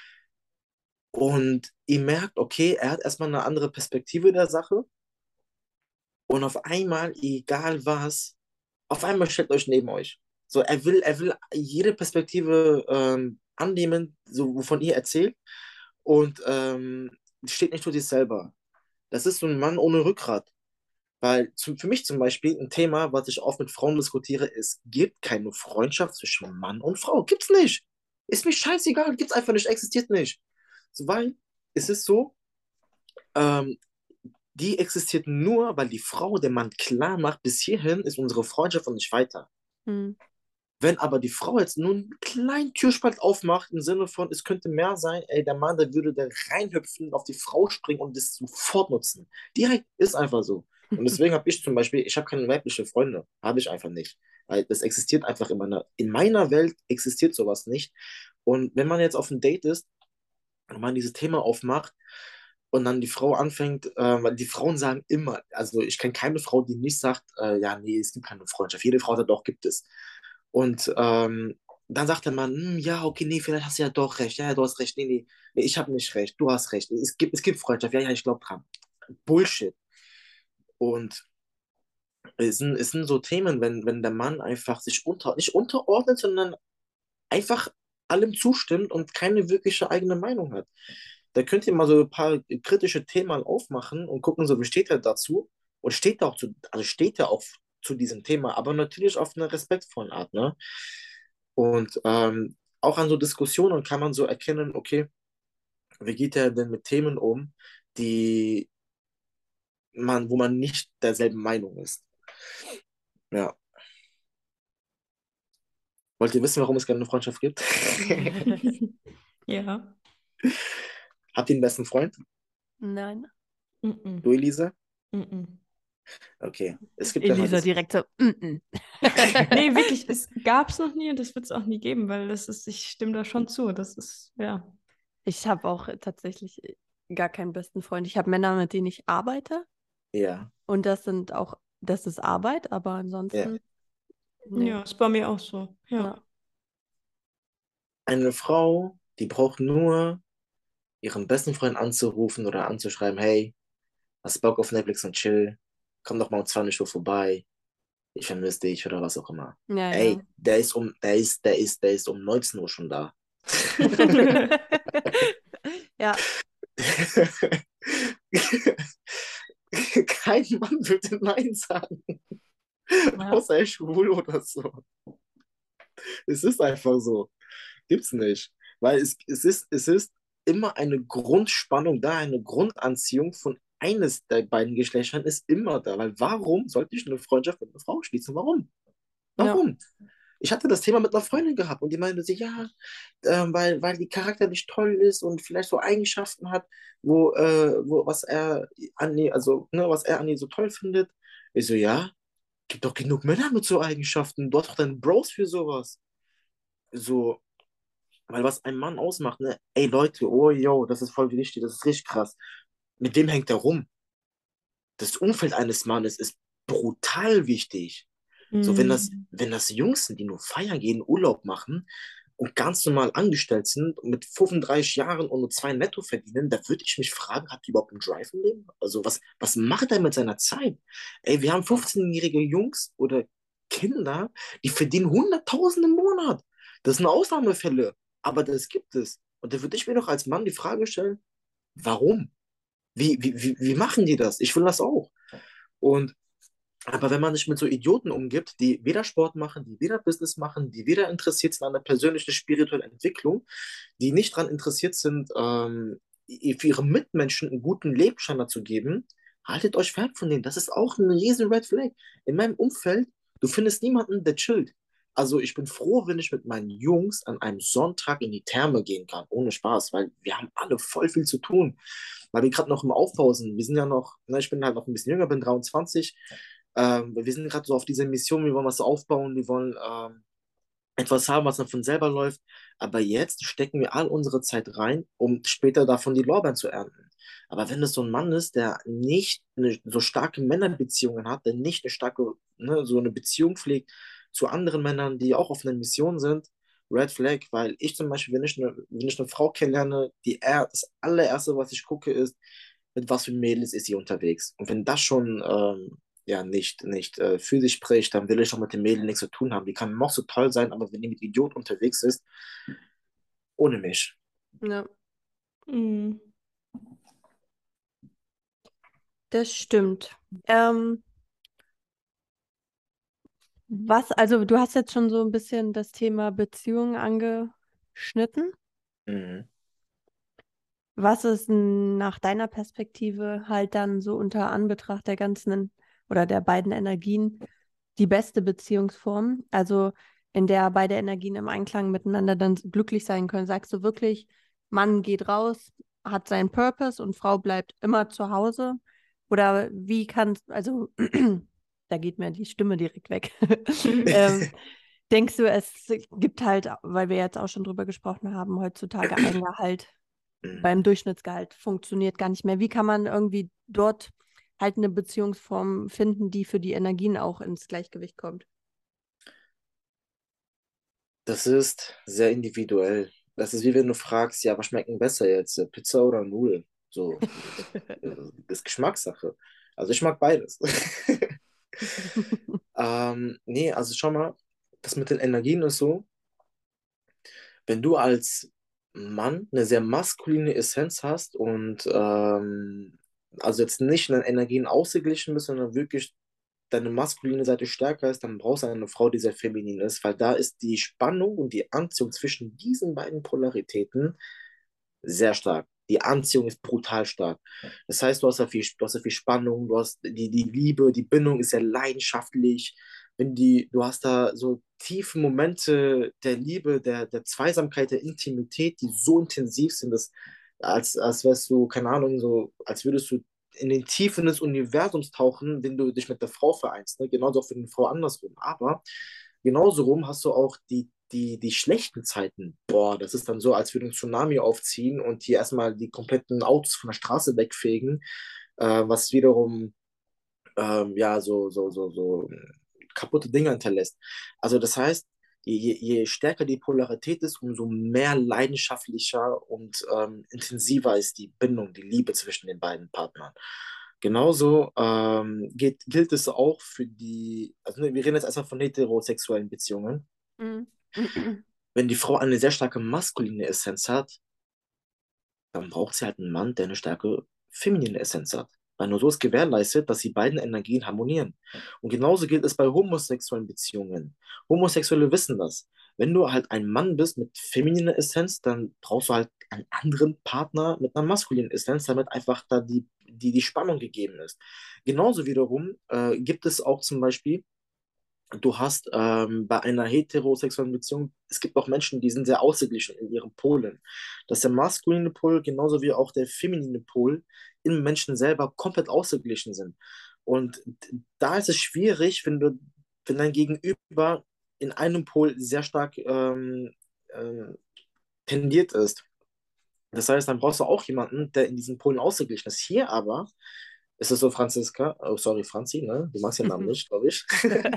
Und ihr merkt, okay, er hat erstmal eine andere Perspektive der Sache. Und auf einmal, egal was, auf einmal stellt euch neben euch. So, er will, er will jede Perspektive ähm, annehmen, so wovon ihr erzählt. Und ähm, steht nicht für sich selber. Das ist so ein Mann ohne Rückgrat. Weil zum, für mich zum Beispiel ein Thema, was ich oft mit Frauen diskutiere, es gibt keine Freundschaft zwischen Mann und Frau. Gibt's nicht. Ist mir scheißegal, gibt's einfach nicht, existiert nicht. So, weil es ist so, ähm, die existiert nur, weil die Frau dem Mann klar macht, bis hierhin ist unsere Freundschaft und nicht weiter. Hm. Wenn aber die Frau jetzt nur einen kleinen Türspalt aufmacht, im Sinne von, es könnte mehr sein, ey, der Mann, der würde da reinhüpfen, auf die Frau springen und das sofort nutzen. Direkt ist einfach so. Und deswegen habe ich zum Beispiel, ich habe keine weibliche Freunde, habe ich einfach nicht. Weil das existiert einfach in meiner, in meiner Welt existiert sowas nicht. Und wenn man jetzt auf ein Date ist und man dieses Thema aufmacht und dann die Frau anfängt, äh, weil die Frauen sagen immer, also ich kenne keine Frau, die nicht sagt, äh, ja, nee, es gibt keine Freundschaft. Jede Frau sagt, doch, gibt es. Und ähm, dann sagt der Mann, hm, ja, okay, nee, vielleicht hast du ja doch recht. Ja, ja, du hast recht. Nee, nee, nee, ich habe nicht recht. Du hast recht. Es gibt, es gibt Freundschaft. Ja, ja, ich glaube dran. Bullshit. Und es sind, es sind so Themen, wenn, wenn der Mann einfach sich unter, nicht unterordnet, sondern einfach allem zustimmt und keine wirkliche eigene Meinung hat. Da könnt ihr mal so ein paar kritische Themen aufmachen und gucken, so wie steht er dazu und steht er auch zu, also steht er auch zu diesem Thema, aber natürlich auf eine respektvolle Art, ne? Und ähm, auch an so Diskussionen kann man so erkennen, okay, wie geht er denn mit Themen um, die man, wo man nicht derselben Meinung ist. Ja. Wollt ihr wissen, warum es keine Freundschaft gibt? Ja. Habt ihr einen besten Freund? Nein. Mhm. Du, Elisa? Mhm. Okay. Es gibt ja mal Elisa das. direkt so, mm -mm. Nee, wirklich, es gab es noch nie und das wird es auch nie geben, weil das ist, ich stimme da schon zu. Das ist, ja. Ich habe auch tatsächlich gar keinen besten Freund. Ich habe Männer, mit denen ich arbeite. Ja, Und das sind auch, das ist Arbeit, aber ja. ansonsten, nee. Ja, ist bei mir auch so. Ja. Ja. Eine Frau, die braucht nur ihren besten Freund anzurufen oder anzuschreiben, hey, hast Bock auf Netflix und chill? Komm doch mal um zwanzig Uhr vorbei. Ich vermisse dich oder was auch immer. Ja, ja. Ey, der ist um, der ist, der ist, der ist um neunzehn Uhr schon da. Ja, Kein Mann würde Nein sagen, Ja. außer er ist schwul oder so. Es ist einfach so. Gibt's nicht. Weil es, es ist, es ist immer eine Grundspannung da, eine Grundanziehung von eines der beiden Geschlechtern ist immer da. Weil warum sollte ich eine Freundschaft mit einer Frau schließen? Warum? ja. Warum? Ich hatte das Thema mit einer Freundin gehabt und die meinte sie, ja, äh, weil, weil die charakterlich toll ist und vielleicht so Eigenschaften hat, wo, äh, wo was er an ihr, also, ne, was er an ihr so toll findet. Ich so, ja, gibt doch genug Männer mit so Eigenschaften. Du hast doch deinen Bros für sowas. So, weil was ein Mann ausmacht, ne, ey Leute, oh yo, das ist voll wichtig, das ist richtig krass. Mit wem hängt er rum? Das Umfeld eines Mannes ist brutal wichtig. So, wenn das, Mhm. wenn das Jungs sind, die nur feiern gehen, Urlaub machen und ganz normal angestellt sind und mit fünfunddreißig Jahren und nur zwei netto verdienen, da würde ich mich fragen, hat die überhaupt einen Drive im Leben? Also, was, was macht er mit seiner Zeit? Ey, wir haben fünfzehnjährige Jungs oder Kinder, die verdienen hunderttausend im Monat. Das sind Ausnahmefälle, aber das gibt es. Und da würde ich mir doch als Mann die Frage stellen, warum? Wie, wie, wie, wie machen die das? Ich will das auch. Und aber wenn man sich mit so Idioten umgibt, die weder Sport machen, die weder Business machen, die weder interessiert sind an der persönlichen spirituellen Entwicklung, die nicht daran interessiert sind, ähm, für ihre Mitmenschen einen guten Lebensstandard zu geben, haltet euch fern von denen. Das ist auch ein riesen Red Flag. In meinem Umfeld, du findest niemanden, der chillt. Also ich bin froh, wenn ich mit meinen Jungs an einem Sonntag in die Therme gehen kann, ohne Spaß, weil wir haben alle voll viel zu tun, weil wir gerade noch im Aufbau sind. Wir sind ja noch, ne, ich bin halt noch ein bisschen jünger, bin dreiundzwanzig. Ähm, wir sind gerade so auf dieser Mission, wir wollen was aufbauen, wir wollen ähm, etwas haben, was dann von selber läuft. Aber jetzt stecken wir all unsere Zeit rein, um später davon die Lorbeeren zu ernten. Aber wenn es so ein Mann ist, der nicht eine, so starke Männerbeziehungen hat, der nicht eine starke, ne, so eine Beziehung pflegt zu anderen Männern, die auch auf einer Mission sind, Red Flag, weil ich zum Beispiel, wenn ich eine, wenn ich eine Frau kennenlerne, die er, das allererste, was ich gucke, ist, mit was für Mädels ist sie unterwegs. Und wenn das schon ähm, ja nicht, nicht äh, für sich spricht, dann will ich auch mit dem Mädel nichts zu tun haben. Die kann noch so toll sein, aber wenn die mit Idiot unterwegs ist, ohne mich. Ja, Mhm. das stimmt. Ähm, was, also du hast jetzt schon so ein bisschen das Thema Beziehungen angeschnitten. Mhm. Was ist n- nach deiner Perspektive halt dann so unter Anbetracht der ganzen oder der beiden Energien die beste Beziehungsform? Also in der beide Energien im Einklang miteinander dann glücklich sein können. Sagst du wirklich, Mann geht raus, hat seinen Purpose und Frau bleibt immer zu Hause? Oder wie kann, also da geht mir die Stimme direkt weg. ähm, denkst du, es gibt halt, weil wir jetzt auch schon drüber gesprochen haben, heutzutage ein Gehalt beim Mhm. Durchschnittsgehalt funktioniert gar nicht mehr. Wie kann man irgendwie dort halt eine Beziehungsform finden, die für die Energien auch ins Gleichgewicht kommt? Das ist sehr individuell. Das ist wie wenn du fragst, ja, was schmecken besser jetzt, äh, Pizza oder Nudeln? So, äh, das ist Geschmackssache. Also ich mag beides. Ähm, nee, also schau mal, das mit den Energien ist so, wenn du als Mann eine sehr maskuline Essenz hast und ähm, also jetzt nicht in den Energien ausgeglichen bist, sondern wirklich deine maskuline Seite stärker ist, dann brauchst du eine Frau, die sehr feminin ist, weil da ist die Spannung und die Anziehung zwischen diesen beiden Polaritäten sehr stark. Die Anziehung ist brutal stark. Das heißt, du hast ja viel, du hast ja viel Spannung, du hast die, die Liebe, die Bindung ist sehr leidenschaftlich. Wenn die, du hast da so tiefe Momente der Liebe, der, der Zweisamkeit, der Intimität, die so intensiv sind, dass, als, als wärst du, keine Ahnung, so, als würdest du in den Tiefen des Universums tauchen, wenn du dich mit der Frau vereinst. Ne? Genauso auch für eine Frau andersrum. Aber genauso rum hast du auch die, die, die schlechten Zeiten. Boah, das ist dann so, als würde ein Tsunami aufziehen und hier erstmal die kompletten Autos von der Straße wegfegen, äh, was wiederum ähm, ja so, so, so, so kaputte Dinge hinterlässt. Also das heißt, je, je, je stärker die Polarität ist, umso mehr leidenschaftlicher und ähm, intensiver ist die Bindung, die Liebe zwischen den beiden Partnern. Genauso ähm, geht, gilt es auch für die, also ne, wir reden jetzt erstmal von heterosexuellen Beziehungen. Mhm. Wenn die Frau eine sehr starke maskuline Essenz hat, dann braucht sie halt einen Mann, der eine starke feminine Essenz hat. Weil nur so ist gewährleistet, dass die beiden Energien harmonieren. Und genauso gilt es bei homosexuellen Beziehungen. Homosexuelle wissen das. Wenn du halt ein Mann bist mit femininer Essenz, dann brauchst du halt einen anderen Partner mit einer maskulinen Essenz, damit einfach da die, die, die Spannung gegeben ist. Genauso wiederum äh, gibt es auch zum Beispiel du hast ähm, bei einer heterosexuellen Beziehung, es gibt auch Menschen, die sind sehr ausgeglichen in ihren Polen. Dass der maskuline Pol genauso wie auch der feminine Pol im Menschen selber komplett ausgeglichen sind. Und da ist es schwierig, wenn du, wenn dein Gegenüber in einem Pol sehr stark ähm, ähm, tendiert ist. Das heißt, dann brauchst du auch jemanden, der in diesen Polen ausgeglichen ist. Hier aber ist es so, Franziska, oh sorry, Franzi, ne? Du magst den Namen nicht, glaube ich.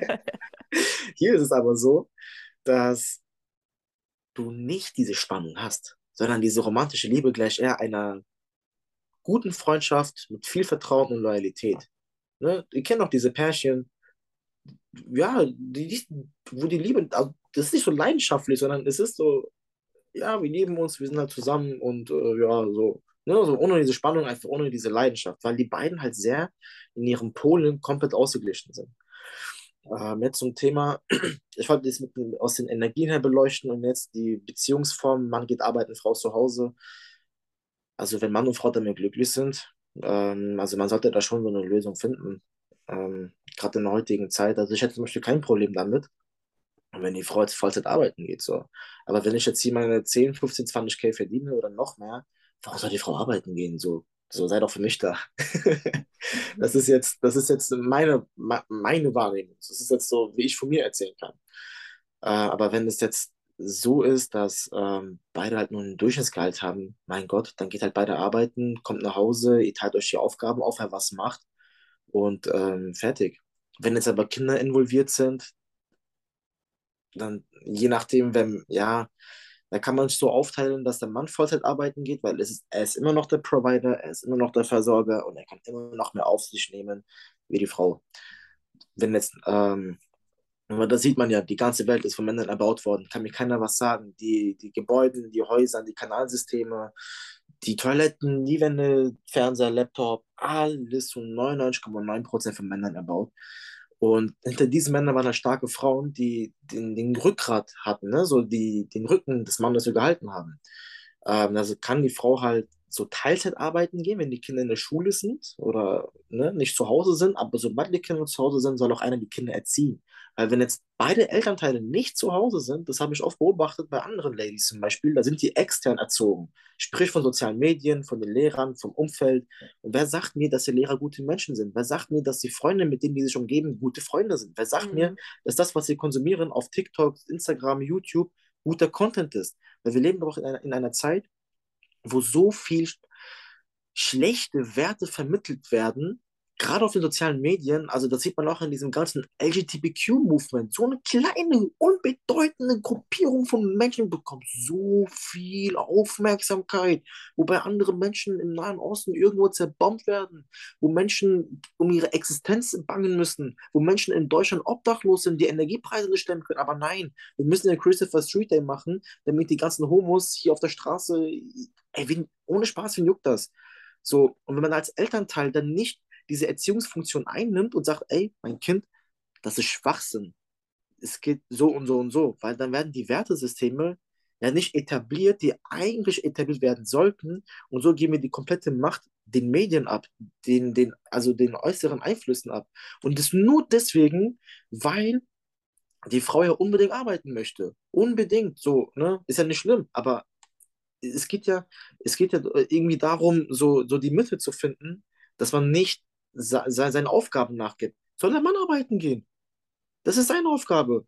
Hier ist es aber so, dass du nicht diese Spannung hast, sondern diese romantische Liebe gleich eher einer guten Freundschaft mit viel Vertrauen und Loyalität. Ne? Ihr kennt auch diese Pärchen, ja, die, die, wo die Liebe, also das ist nicht so leidenschaftlich, sondern es ist so, ja, wir lieben uns, wir sind halt zusammen und äh, ja, so. Ne, so ohne diese Spannung, einfach ohne diese Leidenschaft, weil die beiden halt sehr in ihren Polen komplett ausgeglichen sind. Ähm, jetzt zum Thema, ich wollte das mit, aus den Energien her beleuchten und jetzt die Beziehungsform, Mann geht arbeiten, Frau zu Hause. Also wenn Mann und Frau damit glücklich sind, ähm, also man sollte da schon so eine Lösung finden, ähm, gerade in der heutigen Zeit. Also ich hätte zum Beispiel kein Problem damit, Und wenn die Frau jetzt Vollzeit arbeiten geht, so. Aber wenn ich jetzt hier meine zehn, fünfzehn, zwanzig K verdiene oder noch mehr, warum soll die Frau arbeiten gehen? So, so sei doch für mich da. Das ist jetzt, das ist jetzt meine, meine Wahrnehmung. Das ist jetzt so, wie ich von mir erzählen kann. Äh, aber wenn es jetzt so ist, dass ähm, beide halt nur ein Durchschnittsgehalt haben, mein Gott, dann geht halt beide arbeiten, kommt nach Hause, ihr teilt euch die Aufgaben auf, wer was macht und ähm, fertig. Wenn jetzt aber Kinder involviert sind, dann je nachdem, wenn, ja, da kann man es so aufteilen, dass der Mann Vollzeit arbeiten geht, weil es ist, er ist immer noch der Provider, er ist immer noch der Versorger und er kann immer noch mehr auf sich nehmen wie die Frau. Wenn jetzt, ähm, aber da sieht man ja, die ganze Welt ist von Männern erbaut worden, kann mir keiner was sagen. Die, die Gebäude, die Häuser, die Kanalsysteme, die Toiletten, die Wände, Fernseher, Laptop, alles zu neunundneunzig Komma neun Prozent von Männern erbaut. Und hinter diesen Männern waren halt starke Frauen, die den, den Rückgrat hatten, ne? So die den Rücken des Mannes so gehalten haben. Ähm, also kann die Frau halt so Teilzeit arbeiten gehen, wenn die Kinder in der Schule sind oder ne, nicht zu Hause sind, aber sobald die Kinder zu Hause sind, soll auch einer die Kinder erziehen. Weil wenn jetzt beide Elternteile nicht zu Hause sind, das habe ich oft beobachtet bei anderen Ladies zum Beispiel, da sind die extern erzogen. Sprich von sozialen Medien, von den Lehrern, vom Umfeld. Und wer sagt mir, dass die Lehrer gute Menschen sind? Wer sagt mir, dass die Freunde, mit denen die sich umgeben, gute Freunde sind? Wer sagt mir, Mhm. dass das, was sie konsumieren auf TikTok, Instagram, YouTube, guter Content ist? Weil wir leben doch in einer, in einer Zeit, wo so viel schlechte Werte vermittelt werden, gerade auf den sozialen Medien. Also das sieht man auch in diesem ganzen L G B T Q-Movement. So eine kleine, unbedeutende Gruppierung von Menschen bekommt so viel Aufmerksamkeit, wobei andere Menschen im Nahen Osten irgendwo zerbombt werden, wo Menschen um ihre Existenz bangen müssen, wo Menschen in Deutschland obdachlos sind, die Energiepreise nicht stemmen können. Aber nein, wir müssen den Christopher Street Day machen, damit die ganzen Homos hier auf der Straße, ey, wen, ohne Spaß, wen juckt das? So, und wenn man als Elternteil dann nicht diese Erziehungsfunktion einnimmt und sagt, ey, mein Kind, das ist Schwachsinn. Es geht so und so und so, weil dann werden die Wertesysteme ja nicht etabliert, die eigentlich etabliert werden sollten. Und so geben wir die komplette Macht den Medien ab, den, den, also den äußeren Einflüssen ab. Und das nur deswegen, weil die Frau ja unbedingt arbeiten möchte. Unbedingt, so, ne? Ist ja nicht schlimm, aber es geht ja, es geht ja irgendwie darum, so, so die Mitte zu finden, dass man nicht se seinen Aufgaben nachgibt. Soll der Mann arbeiten gehen? Das ist seine Aufgabe.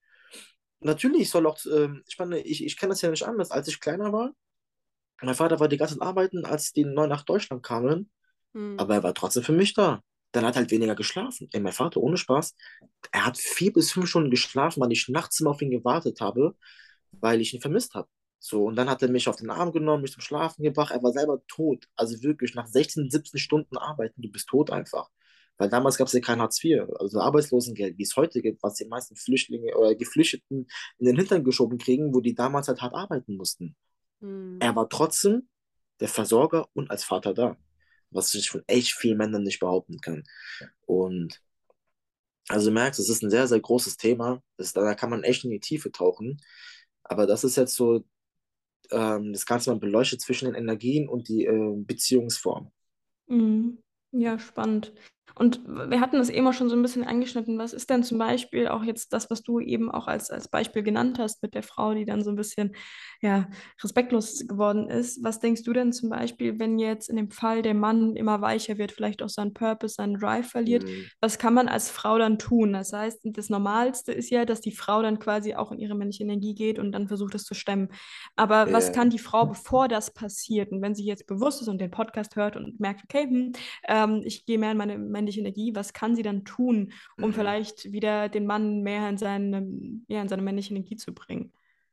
Natürlich soll auch, ähm, ich meine, ich, ich kenne das ja nicht anders. Als ich kleiner war, mein Vater war die ganze Zeit arbeiten, als die neu nach Deutschland kamen, Mhm. aber er war trotzdem für mich da. Dann hat er halt weniger geschlafen. Ey, mein Vater, ohne Spaß, er hat vier bis fünf Stunden geschlafen, weil ich nachts immer auf ihn gewartet habe, weil ich ihn vermisst habe. So, und dann hat er mich auf den Arm genommen, mich zum Schlafen gebracht. Er war selber tot. Also wirklich, nach sechzehn, siebzehn Stunden arbeiten, du bist tot einfach. Weil damals gab es ja kein Hartz vier, also Arbeitslosengeld, wie es heute gibt, was die meisten Flüchtlinge oder Geflüchteten in den Hintern geschoben kriegen, wo die damals halt hart arbeiten mussten. Mhm. Er war trotzdem der Versorger und als Vater da, was ich von echt vielen Männern nicht behaupten kann. Und also du merkst, es ist ein sehr, sehr großes Thema. Das, da kann man echt in die Tiefe tauchen. Aber das ist jetzt so ähm, das Ganze mal beleuchtet zwischen den Energien und die äh, Beziehungsform. Mhm. Ja, spannend. Und wir hatten das eben auch schon so ein bisschen angeschnitten. Was ist denn zum Beispiel auch jetzt das, was du eben auch als, als Beispiel genannt hast mit der Frau, die dann so ein bisschen ja, respektlos geworden ist? Was denkst du denn zum Beispiel, wenn jetzt in dem Fall der Mann immer weicher wird, vielleicht auch seinen Purpose, seinen Drive verliert? Mhm. Was kann man als Frau dann tun? Das heißt, das Normalste ist ja, dass die Frau dann quasi auch in ihre männliche Energie geht und dann versucht, es zu stemmen. Aber was Ja. kann die Frau, bevor das passiert, und wenn sie jetzt bewusst ist und den Podcast hört und merkt, okay, hm, ähm, ich gehe mehr in meine männliche Energie, was kann sie dann tun, um Mhm. vielleicht wieder den Mann mehr in seine, ja, in seine männliche Energie zu bringen?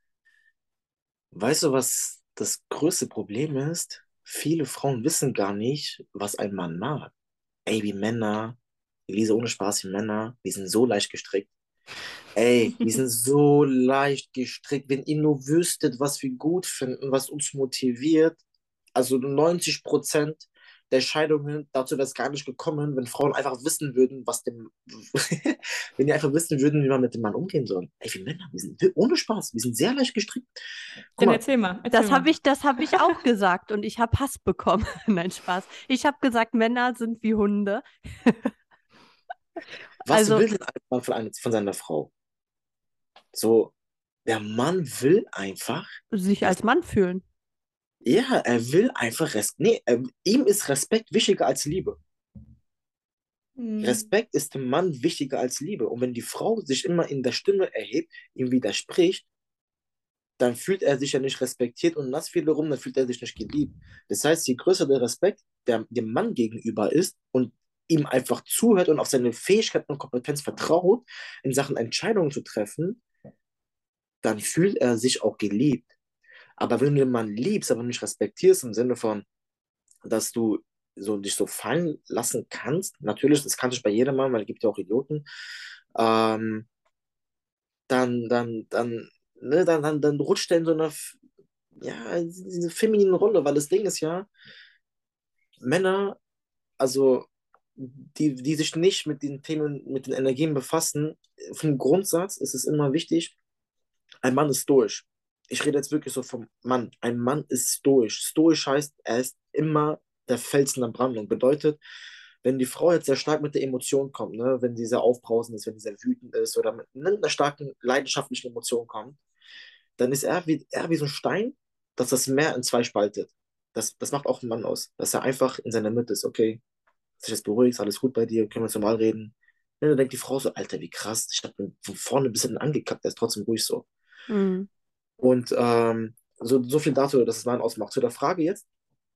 Weißt du, was das größte Problem ist? Viele Frauen wissen gar nicht, was ein Mann mag. Ey, wie Männer, Elise, ohne Spaß, wie Männer, die sind so leicht gestrickt. Ey, die sind so leicht gestrickt. Wenn ihr nur wüsstet, was wir gut finden, was uns motiviert, also neunzig Prozent der Scheidungen, dazu wäre es gar nicht gekommen, wenn Frauen einfach wissen würden, was dem, wenn die einfach wissen würden, wie man mit dem Mann umgehen soll. Ey, wir Männer, wir sind ohne Spaß, wir sind sehr leicht gestrickt. Guck Dann mal, erzähl mal, erzähl Das habe mal. ich, das habe ich auch gesagt und ich habe Hass bekommen. Nein, Spaß. Ich habe gesagt, Männer sind wie Hunde. was Also, will denn ein Mann von, einer, von seiner Frau? So, der Mann will einfach, Sich dass, als Mann fühlen. ja, er will einfach Respekt. Nee, er, ihm ist Respekt wichtiger als Liebe. Mhm. Respekt ist dem Mann wichtiger als Liebe. Und wenn die Frau sich immer in der Stimme erhebt, ihm widerspricht, dann fühlt er sich ja nicht respektiert und das wiederum, dann fühlt er sich nicht geliebt. Das heißt, je größer der Respekt der dem Mann gegenüber ist und ihm einfach zuhört und auf seine Fähigkeiten und Kompetenz vertraut, in Sachen Entscheidungen zu treffen, dann fühlt er sich auch geliebt. Aber wenn du den Mann liebst, aber nicht respektierst, im Sinne von, dass du so dich so fallen lassen kannst, natürlich, das kann ich bei jedem Mann, weil es gibt ja auch Idioten, ähm, dann, dann, dann, ne, dann, dann, dann rutscht er in so eine, ja, diese feminine Rolle, weil das Ding ist ja, Männer, also die, die sich nicht mit den Themen, mit den Energien befassen, vom Grundsatz ist es immer wichtig, ein Mann ist stoisch. Ich rede jetzt wirklich so vom Mann. Ein Mann ist stoisch. Stoisch heißt, er ist immer der Felsen der Brandung. Bedeutet, wenn die Frau jetzt sehr stark mit der Emotion kommt, ne, wenn sie sehr aufbrausend ist, wenn sie sehr wütend ist oder mit einer starken leidenschaftlichen Emotion kommt, dann ist er wie, er wie so ein Stein, dass das Meer in zwei spaltet. Das, das macht auch einen Mann aus, dass er einfach in seiner Mitte ist. Okay, sich jetzt beruhigt, ist alles gut bei dir, können wir uns normal reden. Und dann denkt die Frau so, Alter, wie krass, ich habe ihn von vorne bis hinten angekackt, der ist trotzdem ruhig so. Mhm. Und ähm, so, so viel dazu, dass es Mann ausmacht. Zu der Frage jetzt,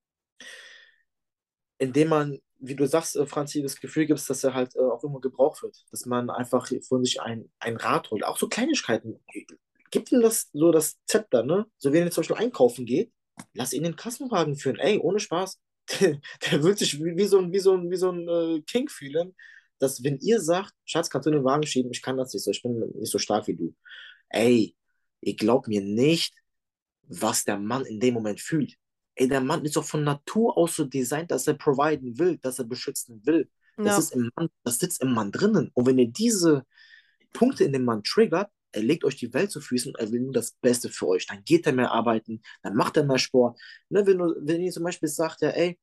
indem man, wie du sagst, äh, Franzi, das Gefühl gibt, dass er halt äh, auch immer gebraucht wird, dass man einfach von sich ein, ein Rat holt. Auch so Kleinigkeiten. Gibt ihm das so das Zepter, ne? So wenn er zum Beispiel einkaufen geht, lass ihn den Kassenwagen führen. Ey, ohne Spaß. Der, der wird sich wie, wie so ein, wie so ein, wie so ein äh, King fühlen, dass wenn ihr sagt, Schatz, kannst du den Wagen schieben? Ich kann das nicht so, ich bin nicht so stark wie du. Ey, ihr glaubt mir nicht, was der Mann in dem Moment fühlt. Ey, der Mann ist doch von Natur aus so designt, dass er providen will, dass er beschützen will. Das Ja. ist im Mann, das sitzt im Mann drinnen. Und wenn ihr diese Punkte in dem Mann triggert, er legt euch die Welt zu Füßen und er will nur das Beste für euch. Dann geht er mehr arbeiten, dann macht er mehr Sport. Ne, wenn, du, wenn ihr zum Beispiel sagt, ja, ey,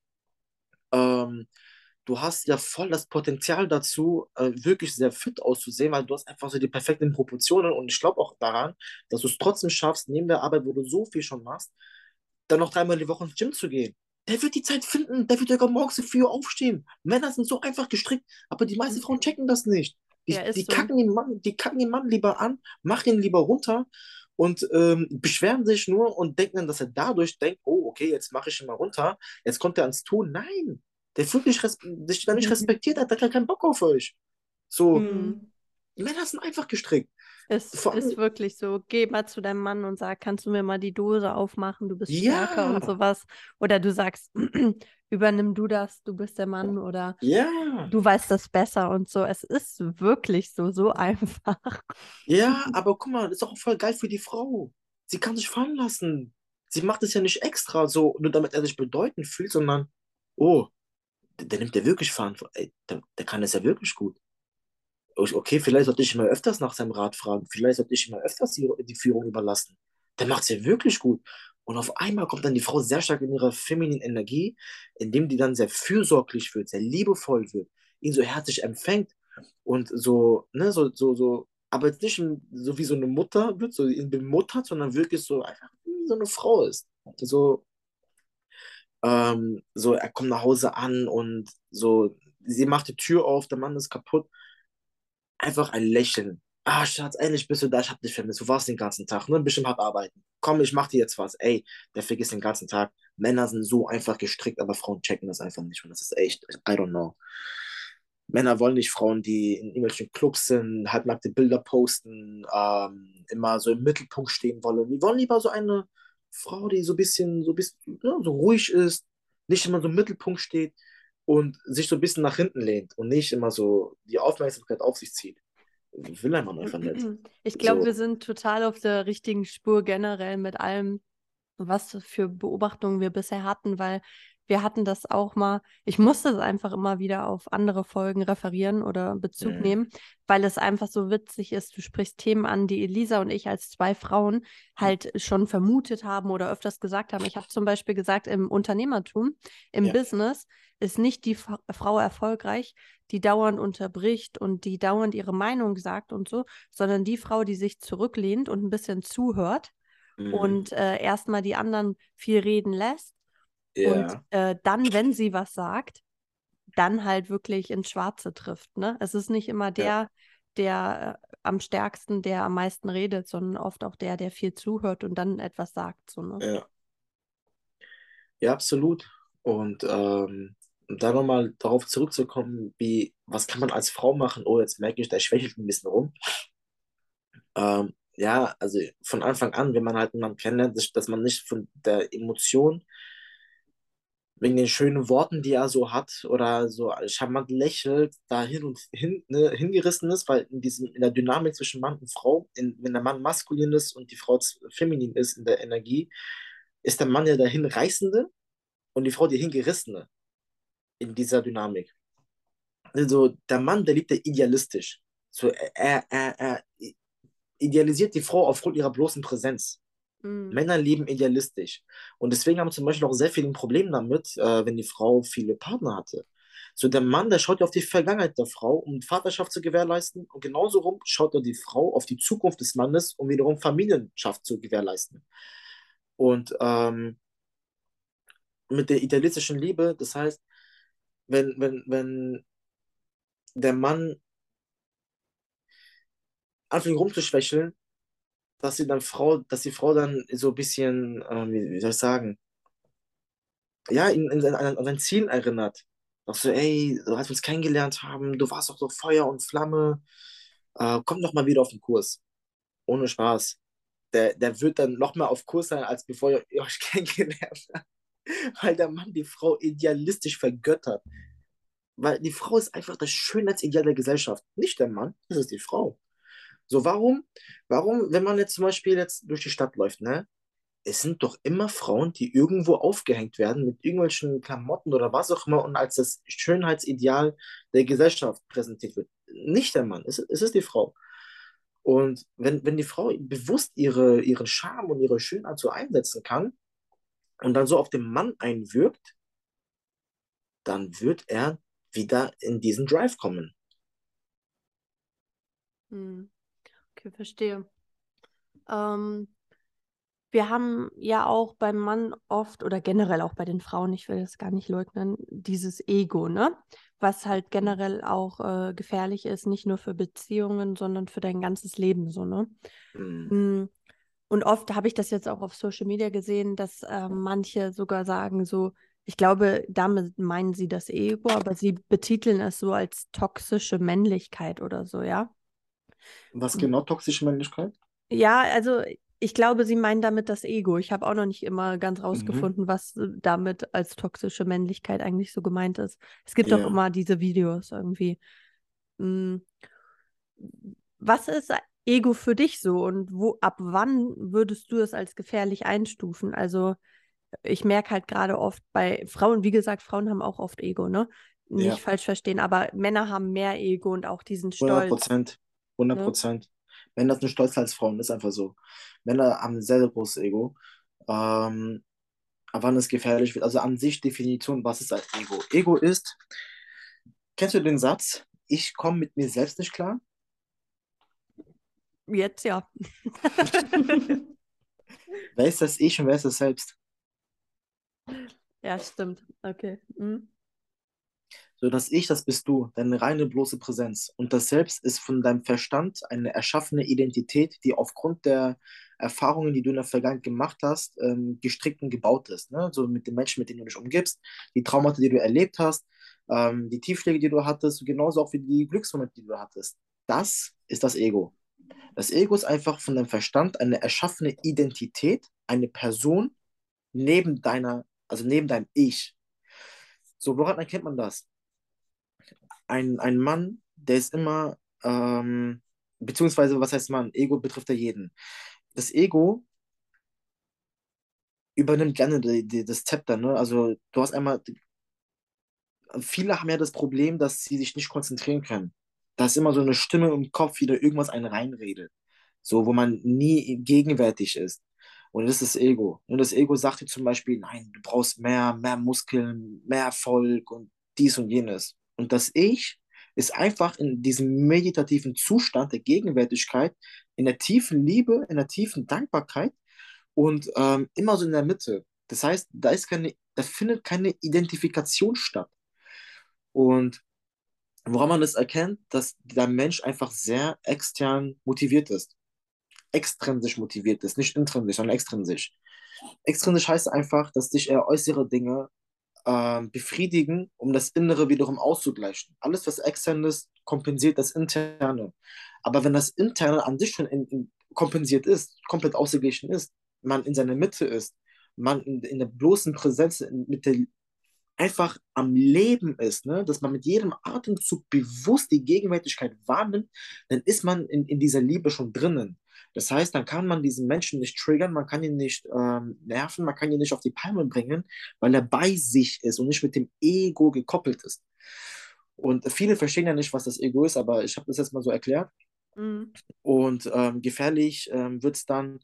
ähm, du hast ja voll das Potenzial dazu, äh, wirklich sehr fit auszusehen, weil du hast einfach so die perfekten Proportionen und ich glaube auch daran, dass du es trotzdem schaffst, neben der Arbeit, wo du so viel schon machst, dann noch dreimal die Woche ins Gym zu gehen. Der wird die Zeit finden, der wird sogar morgens um vier Uhr aufstehen. Männer sind so einfach gestrickt, aber die meisten Frauen checken das nicht. Ja, Die, ist die, so. kacken den Mann, die kacken den Mann lieber an, machen ihn lieber runter und ähm, beschweren sich nur und denken dann, dass er dadurch denkt, oh, okay, jetzt mache ich ihn mal runter, jetzt kommt er ans Tun. Nein, der fühlt nicht res- sich da nicht respektiert, hat da keinen Bock auf euch. So, Mhm. Mhm. Männer sind einfach gestrickt. Es Vor ist allem, wirklich so. Geh mal zu deinem Mann und sag, kannst du mir mal die Dose aufmachen? Du bist stärker ja, und sowas. Oder du sagst, übernimm du das, du bist der Mann oder ja. du weißt das besser und so. Es ist wirklich so, so einfach. Ja, aber guck mal, das ist auch voll geil für die Frau. Sie kann sich fallen lassen. Sie macht es ja nicht extra so, nur damit er sich bedeutend fühlt, sondern, oh, der, der nimmt ja wirklich Verantwortung. Ey, der, der kann es ja wirklich gut. Ich- Okay, vielleicht sollte ich ihn mal öfters nach seinem Rat fragen. Vielleicht sollte ich ihm mal öfters die, die Führung überlassen. Der macht es ja wirklich gut. Und auf einmal kommt dann die Frau sehr stark in ihrer femininen Energie, indem die dann sehr fürsorglich wird, sehr liebevoll wird, ihn so herzlich empfängt und so, ne, so, so, so, aber jetzt nicht so wie so eine Mutter wird, so ihn bemuttert, sondern wirklich so einfach wie so eine Frau ist. So, ähm, so, er kommt nach Hause an und so, sie macht die Tür auf, der Mann ist kaputt. Einfach ein Lächeln. Ah, Schatz, endlich bist du da, ich hab dich vermisst. Du warst den ganzen Tag, ne? Bestimmt hart arbeiten. Komm, ich mach dir jetzt was. Ey, der vergisst den ganzen Tag. Männer sind so einfach gestrickt, aber Frauen checken das einfach nicht. Und das ist echt, I don't know. Männer wollen nicht Frauen, die in irgendwelchen Clubs sind, halbnackte Bilder posten, ähm, immer so im Mittelpunkt stehen wollen. Die wollen lieber so eine Frau, die so ein bisschen, so ein bisschen, ne, so ruhig ist, nicht immer so im Mittelpunkt steht und sich so ein bisschen nach hinten lehnt und nicht immer so die Aufmerksamkeit auf sich zieht. Will ein Mann einfach nicht. Ich glaube, So, wir sind total auf der richtigen Spur generell mit allem, was für Beobachtungen wir bisher hatten, weil wir hatten das auch mal, ich musste es einfach immer wieder auf andere Folgen referieren oder Bezug Mhm. nehmen, weil es einfach so witzig ist. Du sprichst Themen an, die Elisa und ich als zwei Frauen halt schon vermutet haben oder öfters gesagt haben. Ich habe zum Beispiel gesagt, im Unternehmertum, im Ja. Business ist nicht die Fa- Frau erfolgreich, die dauernd unterbricht und die dauernd ihre Meinung sagt und so, sondern die Frau, die sich zurücklehnt und ein bisschen zuhört Mhm. und äh, erstmal die anderen viel reden lässt und Ja, äh, dann, wenn sie was sagt, dann halt wirklich ins Schwarze trifft. Ne? Es ist nicht immer ja, der, der äh, am stärksten, der am meisten redet, sondern oft auch der, der viel zuhört und dann etwas sagt. So, ne? ja, ja, absolut. Und ähm, um da nochmal darauf zurückzukommen, wie, was kann man als Frau machen? Oh, jetzt merke ich, da schwächelt ein bisschen rum. Ähm, ja, also von Anfang an, wenn man halt jemanden kennenlernt, dass, dass man nicht von der Emotion, wegen den schönen Worten, die er so hat, oder so charmant lächelt, da hin und hin, ne, hingerissen ist, weil in diesem, in der Dynamik zwischen Mann und Frau, in, wenn der Mann maskulin ist und die Frau z- feminin ist in der Energie, ist der Mann ja der Hinreißende und die Frau die Hingerissene in dieser Dynamik. Also der Mann, der liebt ja idealistisch. So, er, er, er idealisiert die Frau aufgrund ihrer bloßen Präsenz. Mhm. Männer leben idealistisch. Und deswegen haben wir zum Beispiel auch sehr viele Probleme damit, äh, wenn die Frau viele Partner hatte. So, der Mann, der schaut ja auf die Vergangenheit der Frau, um Vaterschaft zu gewährleisten. Und genauso rum schaut er die Frau auf die Zukunft des Mannes, um wiederum Familienschaft zu gewährleisten. Und ähm, mit der idealistischen Liebe, das heißt, wenn, wenn, wenn der Mann anfängt rumzuschwächeln, dass sie dann Frau, dass die Frau dann so ein bisschen, ähm, wie, wie soll ich sagen, ja, ihn, in sein, an, an sein Ziel erinnert. Auch so, ey, so als wir uns kennengelernt haben, du warst doch so Feuer und Flamme, äh, komm doch mal wieder auf den Kurs. Ohne Spaß. Der, der wird dann noch mal auf Kurs sein, als bevor ihr, ihr euch kennengelernt habt. Weil der Mann die Frau idealistisch vergöttert. Weil die Frau ist einfach das Schönheitsideal der Gesellschaft. Nicht der Mann, das ist die Frau. So, warum, warum, wenn man jetzt zum Beispiel jetzt durch die Stadt läuft, ne? Es sind doch immer Frauen, die irgendwo aufgehängt werden mit irgendwelchen Klamotten oder was auch immer und als das Schönheitsideal der Gesellschaft präsentiert wird. Nicht der Mann, es, es ist die Frau. Und wenn, wenn die Frau bewusst ihre, ihren Charme und ihre Schönheit so einsetzen kann und dann so auf den Mann einwirkt, dann wird er wieder in diesen Drive kommen. Mhm. Okay, verstehe. Ähm, Wir haben ja auch beim Mann oft oder generell auch bei den Frauen, ich will das gar nicht leugnen, dieses Ego, ne? Was halt generell auch äh, gefährlich ist, nicht nur für Beziehungen, sondern für dein ganzes Leben, so, ne? Hm. Mm, Und oft habe ich das jetzt auch auf Social Media gesehen, dass äh, manche sogar sagen so, ich glaube, damit meinen sie das Ego, aber sie betiteln es so als toxische Männlichkeit oder so, ja? Was genau toxische Männlichkeit? Ja, also ich glaube, sie meinen damit das Ego. Ich habe auch noch nicht immer ganz Mhm. rausgefunden, was äh, damit als toxische Männlichkeit eigentlich so gemeint ist. Es gibt doch Ja. immer diese Videos irgendwie. Mm, Was ist Ego für dich so und wo, ab wann würdest du es als gefährlich einstufen? Also ich merke halt gerade oft bei Frauen, wie gesagt, Frauen haben auch oft Ego, ne? Nicht Ja, falsch verstehen, aber Männer haben mehr Ego und auch diesen hundert Stolz, Prozent. hundert ne? Prozent. Männer sind stolzer als Frauen, ist einfach so. Männer haben ein sehr, sehr großes Ego. Ähm, ab wann es gefährlich wird. Also an sich Definition, was ist ein Ego? Ego ist, kennst du den Satz, ich komme mit mir selbst nicht klar? Jetzt ja. Wer ist das Ich und wer ist das Selbst? Ja, stimmt. Okay. Mhm. So, das Ich, das bist du, deine reine bloße Präsenz. Und das Selbst ist von deinem Verstand eine erschaffene Identität, die aufgrund der Erfahrungen, die du in der Vergangenheit gemacht hast, ähm, gestrickt und gebaut ist. Ne? So mit den Menschen, mit denen du dich umgibst, die Traumata, die du erlebt hast, ähm, die Tiefschläge, die du hattest, genauso auch wie die Glücksmomente, die du hattest. Das ist das Ego. Das Ego ist einfach von deinem Verstand eine erschaffene Identität, eine Person neben deiner, also neben deinem Ich. So, woran erkennt man das? Ein, ein Mann, der ist immer, ähm, beziehungsweise, was heißt Mann? Ego betrifft ja jeden. Das Ego übernimmt gerne die, die, das Zepter, ne? Also du hast einmal, viele haben ja das Problem, dass sie sich nicht konzentrieren können. Da ist immer so eine Stimme im Kopf, die da irgendwas einen reinredet. So, wo man nie gegenwärtig ist. Und das ist das Ego. Und das Ego sagt dir zum Beispiel, nein, du brauchst mehr, mehr Muskeln, mehr Erfolg und dies und jenes. Und das Ich ist einfach in diesem meditativen Zustand der Gegenwärtigkeit, in der tiefen Liebe, in der tiefen Dankbarkeit und ähm, immer so in der Mitte. Das heißt, da ist keine, da findet keine Identifikation statt. Und woran man das erkennt, dass der Mensch einfach sehr extern motiviert ist. Extrinsisch motiviert ist, nicht intrinsisch, sondern extrinsisch. Extrinsisch heißt einfach, dass dich eher äußere Dinge ähm, befriedigen, um das Innere wiederum auszugleichen. Alles, was extern ist, kompensiert das Interne. Aber wenn das Interne an sich schon in, in, kompensiert ist, komplett ausgeglichen ist, man in seiner Mitte ist, man in, in der bloßen Präsenz in, mit der einfach am Leben ist, ne? Dass man mit jedem Atemzug bewusst die Gegenwärtigkeit wahrnimmt, dann ist man in, in dieser Liebe schon drinnen. Das heißt, dann kann man diesen Menschen nicht triggern, man kann ihn nicht ähm, nerven, man kann ihn nicht auf die Palme bringen, weil er bei sich ist und nicht mit dem Ego gekoppelt ist. Und viele verstehen ja nicht, was das Ego ist, aber ich habe das jetzt mal so erklärt. Mhm. Und ähm, gefährlich ähm, wird es dann,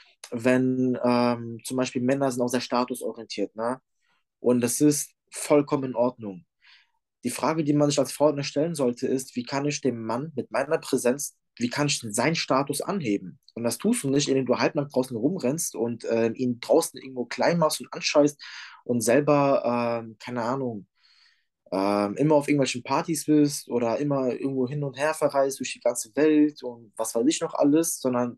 wenn ähm, zum Beispiel Männer sind auch sehr statusorientiert, ne? Und das ist vollkommen in Ordnung. Die Frage, die man sich als Frau stellen sollte, ist, wie kann ich dem Mann mit meiner Präsenz, wie kann ich seinen Status anheben? Und das tust du nicht, indem du halbnackt draußen rumrennst und äh, ihn draußen irgendwo klein machst und anscheißt und selber, äh, keine Ahnung, äh, immer auf irgendwelchen Partys bist oder immer irgendwo hin und her verreist durch die ganze Welt und was weiß ich noch alles, sondern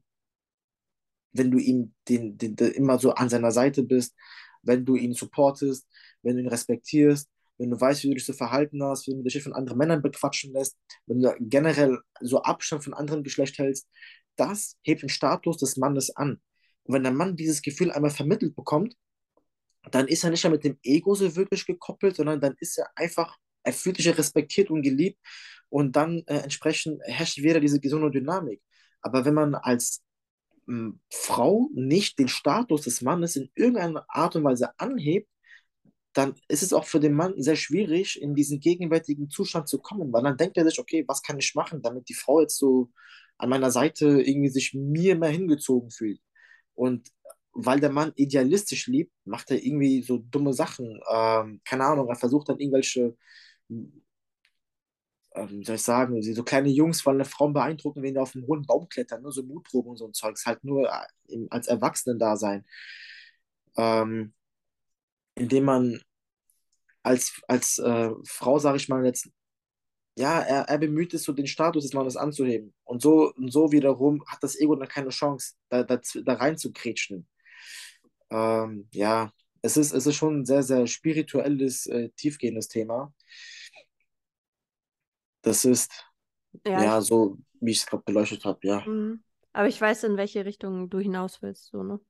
wenn du ihm den, den, den immer so an seiner Seite bist, wenn du ihn supportest, wenn du ihn respektierst, wenn du weißt, wie du dich zu verhalten hast, wenn du dich nicht von anderen Männern bequatschen lässt, wenn du generell so Abstand von anderem Geschlecht hältst, das hebt den Status des Mannes an. Und wenn der Mann dieses Gefühl einmal vermittelt bekommt, dann ist er nicht mehr mit dem Ego so wirklich gekoppelt, sondern dann ist er einfach, er fühlt sich ja respektiert und geliebt und dann äh, entsprechend herrscht wieder diese gesunde Dynamik. Aber wenn man als m, Frau nicht den Status des Mannes in irgendeiner Art und Weise anhebt, dann ist es auch für den Mann sehr schwierig, in diesen gegenwärtigen Zustand zu kommen, weil dann denkt er sich, okay, was kann ich machen, damit die Frau jetzt so an meiner Seite irgendwie sich mir mehr hingezogen fühlt. Und weil der Mann idealistisch liebt, macht er irgendwie so dumme Sachen. Ähm, keine Ahnung, er versucht dann irgendwelche, ähm, wie soll ich sagen, so kleine Jungs wollen eine Frau beeindrucken, wenn die auf einen hohen Baum klettern, nur so Mutproben und so ein Zeugs, halt nur äh, im- als Erwachsenen-Dasein. Ähm, indem man als, als äh, Frau, sage ich mal jetzt, ja, er, er bemüht es, so den Status des Mannes anzuheben. Und so, und so wiederum hat das Ego dann keine Chance, da, da, da rein zu kretschen. Ähm, ja, es ist, es ist schon ein sehr, sehr spirituelles, äh, tiefgehendes Thema. Das ist, Ja, ja, ich, so, wie ich es gerade beleuchtet habe, ja. mhm. Aber ich weiß, in welche Richtung du hinaus willst, so, ne?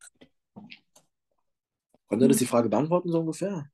Konnte das Mhm. die Frage beantworten, so ungefähr?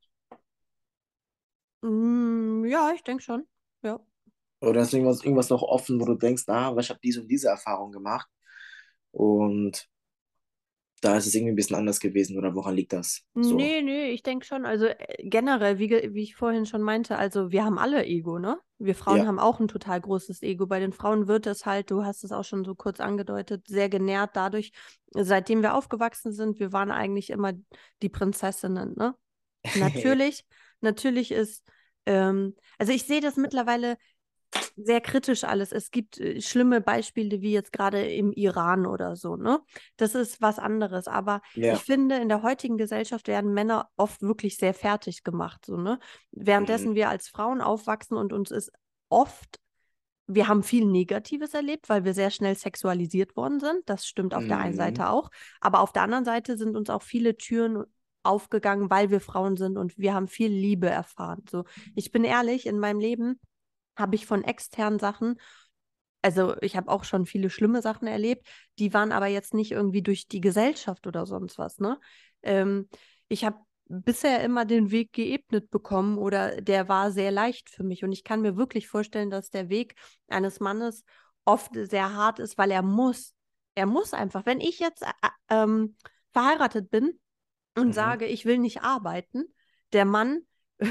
Mm, ja, ich denke schon. Ja. Oder ist irgendwas, irgendwas noch offen, wo du denkst, ah, aber ich habe diese und diese Erfahrung gemacht und da ist es irgendwie ein bisschen anders gewesen oder woran liegt das? So, Nee, nee, ich denke schon. Also äh, generell, wie, ge- wie ich vorhin schon meinte, also wir haben alle Ego, ne? Wir Frauen ja. haben auch ein total großes Ego. Bei den Frauen wird es halt, du hast es auch schon so kurz angedeutet, sehr genährt dadurch, seitdem wir aufgewachsen sind, wir waren eigentlich immer die Prinzessinnen, ne? Natürlich, natürlich ist, ähm, also ich sehe das mittlerweile sehr kritisch alles. Es gibt äh, schlimme Beispiele wie jetzt gerade im Iran oder so, ne? Das ist was anderes. Aber ich Ja. finde, in der heutigen Gesellschaft werden Männer oft wirklich sehr fertig gemacht, so, ne? Mhm. Währenddessen wir als Frauen aufwachsen und uns ist oft, wir haben viel Negatives erlebt, weil wir sehr schnell sexualisiert worden sind. Das stimmt auf der einen Mhm. Seite auch. Aber auf der anderen Seite sind uns auch viele Türen aufgegangen, weil wir Frauen sind und wir haben viel Liebe erfahren. So, ich bin ehrlich, in meinem Leben habe ich von externen Sachen, also ich habe auch schon viele schlimme Sachen erlebt, die waren aber jetzt nicht irgendwie durch die Gesellschaft oder sonst was, ne? Ähm, ich habe bisher immer den Weg geebnet bekommen oder der war sehr leicht für mich und ich kann mir wirklich vorstellen, dass der Weg eines Mannes oft sehr hart ist, weil er muss, er muss einfach, wenn ich jetzt äh, ähm, verheiratet bin, und Mhm. sage, ich will nicht arbeiten, der Mann,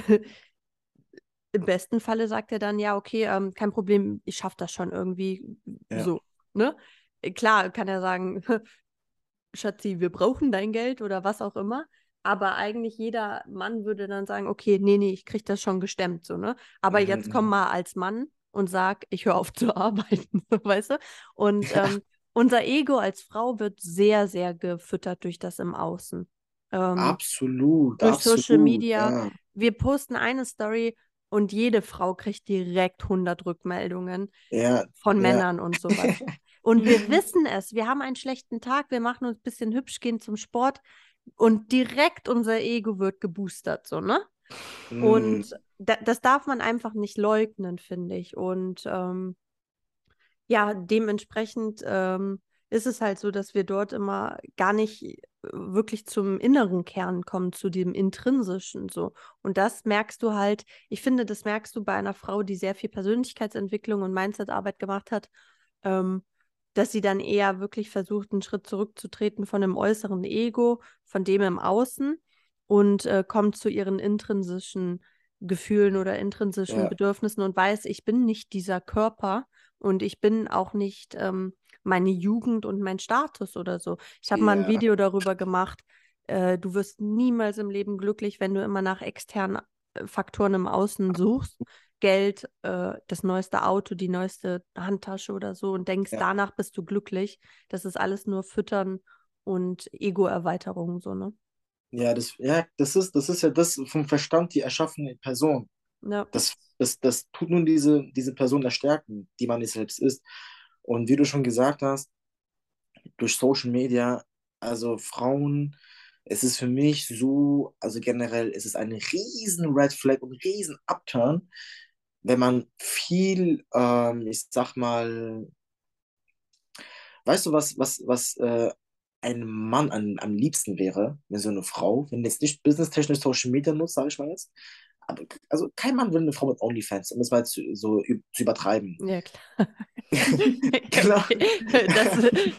im besten Falle sagt er dann, ja, okay, ähm, kein Problem, ich schaffe das schon irgendwie Ja. so, ne? Äh, Klar kann er sagen, Schatzi, wir brauchen dein Geld oder was auch immer. Aber eigentlich jeder Mann würde dann sagen, okay, nee, nee, ich krieg das schon gestemmt, so, ne? Aber Mhm, jetzt komm mhm. mal als Mann und sag, ich höre auf zu arbeiten, so, weißt du? Und Ja, ähm, unser Ego als Frau wird sehr, sehr gefüttert durch das im Außen. Ähm, absolut, durch Social absolut, Media. ja. Wir posten eine Story und jede Frau kriegt direkt hundert Rückmeldungen Ja, von ja. Männern und sowas. Und wir wissen es, wir haben einen schlechten Tag, wir machen uns ein bisschen hübsch, gehen zum Sport und direkt unser Ego wird geboostert, so, ne? Mm, Und da, das darf man einfach nicht leugnen, finde ich. Und ähm, ja, dementsprechend ähm, ist es halt so, dass wir dort immer gar nicht äh, wirklich zum inneren Kern kommen, zu dem Intrinsischen so. Und das merkst du halt, ich finde, das merkst du bei einer Frau, die sehr viel Persönlichkeitsentwicklung und Mindsetarbeit gemacht hat, ähm, dass sie dann eher wirklich versucht, einen Schritt zurückzutreten von dem äußeren Ego, von dem im Außen und äh, kommt zu ihren intrinsischen Gefühlen oder intrinsischen ja, Bedürfnissen und weiß, ich bin nicht dieser Körper und ich bin auch nicht ähm, meine Jugend und mein Status oder so. Ich habe mal ein ja, Video darüber gemacht, äh, du wirst niemals im Leben glücklich, wenn du immer nach externen äh, Faktoren im Außen suchst. Geld, äh, das neueste Auto, die neueste Handtasche oder so und denkst, ja. danach bist du glücklich. Das ist alles nur Füttern und Ego-Erweiterung, so, ne? Ja, das, ja, das ist, das ist ja das vom Verstand die erschaffene Person. Ja. Das, das, das tut nun diese, diese Person erstärken, die man nicht selbst ist. Und wie du schon gesagt hast, durch Social Media, also Frauen, es ist für mich so, also generell, es ist eine riesen Red Flag und riesen Upturn, wenn man viel, ähm, ich sag mal, weißt du, was, was, was äh, einem Mann am, am liebsten wäre, wenn so eine Frau, wenn jetzt nicht businesstechnisch Social Media nutzt, sage ich mal jetzt, aber also kein Mann will eine Frau mit OnlyFans, um das mal zu, so ü- zu übertreiben. Ja, klar. Klar. Okay. Das,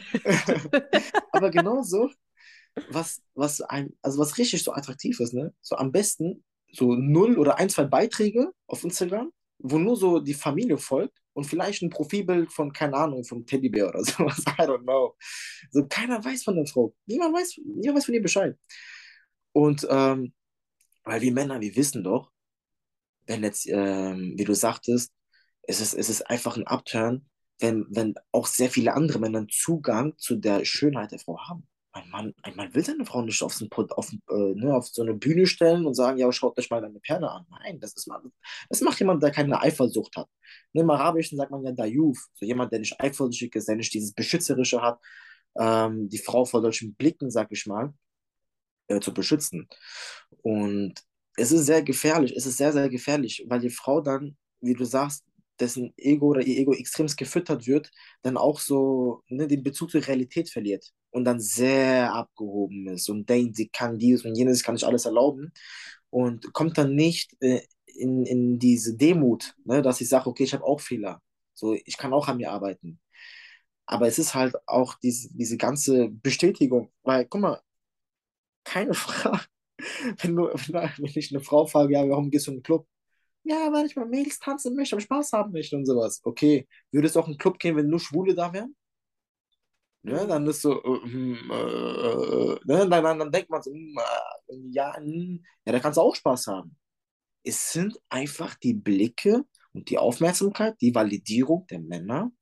Aber genauso, was, was ein, also was richtig so attraktiv ist, ne? So am besten so null oder ein, zwei Beiträge auf Instagram, wo nur so die Familie folgt und vielleicht ein Profilbild von, keine Ahnung, vom Teddybär oder sowas. I don't know. So keiner weiß von der Frau. Niemand weiß, niemand weiß von ihr Bescheid. Und ähm, weil wir Männer, wir wissen doch, wenn jetzt, ähm, wie du sagtest, es ist, es ist einfach ein Upturn, wenn, wenn auch sehr viele andere Männer Zugang zu der Schönheit der Frau haben. Ein Mann, ein Mann will seine Frau nicht auf, so ein, Pod- auf, äh, ne, auf so eine Bühne stellen und sagen, ja, schaut euch mal deine Perle an. Nein, das ist mal, das macht jemand, der keine Eifersucht hat. Ne, Im Arabischen sagt man ja Dayuf, so jemand, der nicht eifersüchtig ist, der nicht dieses Beschützerische hat, ähm, die Frau vor solchen Blicken, sag ich mal, äh, zu beschützen. Und es ist sehr gefährlich, es ist sehr, sehr gefährlich, weil die Frau dann, wie du sagst, dessen Ego oder ihr Ego extremst gefüttert wird, dann auch so ne, den Bezug zur Realität verliert und dann sehr abgehoben ist und denkt, sie kann dies und jenes, kann ich alles erlauben und kommt dann nicht äh, in, in diese Demut, ne, dass ich sage, okay, ich habe auch Fehler, so ich kann auch an mir arbeiten. Aber es ist halt auch diese, diese ganze Bestätigung, weil, guck mal, keine Frage, wenn, du, wenn ich eine Frau frage, ja, warum gehst du in den Club? Ja, weil ich mal Mädels tanzen möchte und Spaß haben möchte und sowas. Okay, würdest du auch in den Club gehen, wenn nur Schwule da wären? Ne, Mhm. dann ist so, äh, hm, äh, äh, ne, dann, dann, dann denkt man so, hm, äh, ja, hm, ja, da kannst du auch Spaß haben. Es sind einfach die Blicke und die Aufmerksamkeit, die Validierung der Männer,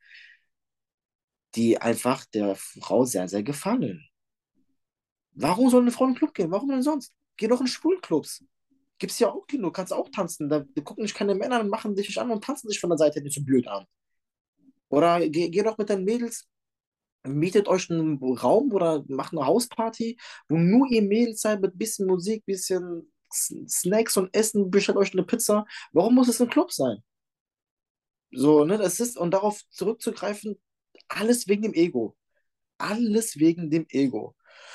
die einfach der Frau sehr, sehr gefallen. Warum soll eine Frau in den Club gehen? Warum denn sonst? Geh doch in Schwulenclubs. Gibt's ja auch genug, kannst auch tanzen. Da, da gucken dich keine Männer an, machen dich nicht an und tanzen dich von der Seite nicht so blöd an. Oder geh, geh doch mit deinen Mädels, mietet euch einen Raum oder macht eine Hausparty, wo nur ihr Mädels seid mit bisschen Musik, bisschen S- Snacks und Essen, bestellt euch eine Pizza. Warum muss es ein Club sein? So, ne, das ist, und darauf zurückzugreifen, alles wegen dem Ego. Alles wegen dem Ego.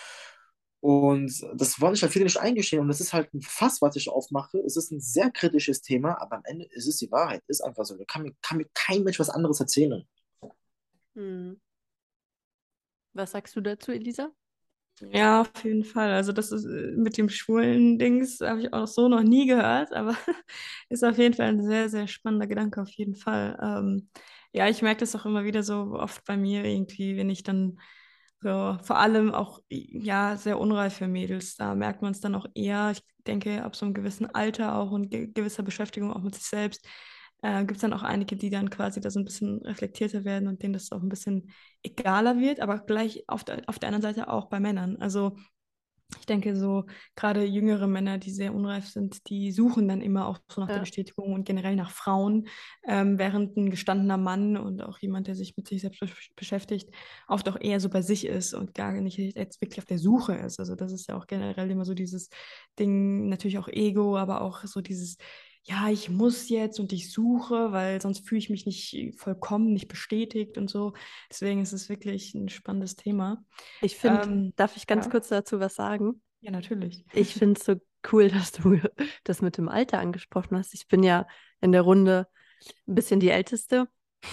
Und das wollen sich halt viele nicht eingestehen. Und das ist halt ein Fass, was ich aufmache. Es ist ein sehr kritisches Thema, aber am Ende ist es die Wahrheit. Ist einfach so. Da kann mir, kann mir kein Mensch was anderes erzählen. Mhm. Was sagst du dazu, Elisa? Ja, auf jeden Fall. Also das ist äh, mit dem schwulen Dings habe ich auch so noch nie gehört, aber ist auf jeden Fall ein sehr, sehr spannender Gedanke, auf jeden Fall. Ähm, ja, ich merke das auch immer wieder so oft bei mir irgendwie, wenn ich dann so, vor allem auch, ja, sehr unreife Mädels, da merkt man es dann auch eher. Ich denke, ab so einem gewissen Alter auch und ge gewisser Beschäftigung auch mit sich selbst, äh, gibt es dann auch einige, die dann quasi da so ein bisschen reflektierter werden und denen das auch ein bisschen egaler wird, aber gleich auf der, auf der anderen Seite auch bei Männern. Also ich denke, so gerade jüngere Männer, die sehr unreif sind, die suchen dann immer auch so nach der Ja. Bestätigung und generell nach Frauen, ähm, während ein gestandener Mann und auch jemand, der sich mit sich selbst besch- beschäftigt, oft auch eher so bei sich ist und gar nicht jetzt wirklich auf der Suche ist. Also das ist ja auch generell immer so dieses Ding, natürlich auch Ego, aber auch so dieses, ja, ich muss jetzt und ich suche, weil sonst fühle ich mich nicht vollkommen, nicht bestätigt und so. Deswegen ist es wirklich ein spannendes Thema. Ich finde, Ähm, darf ich ganz ja. kurz dazu was sagen? Ja, natürlich. Ich finde es so cool, dass du das mit dem Alter angesprochen hast. Ich bin ja in der Runde ein bisschen die Älteste.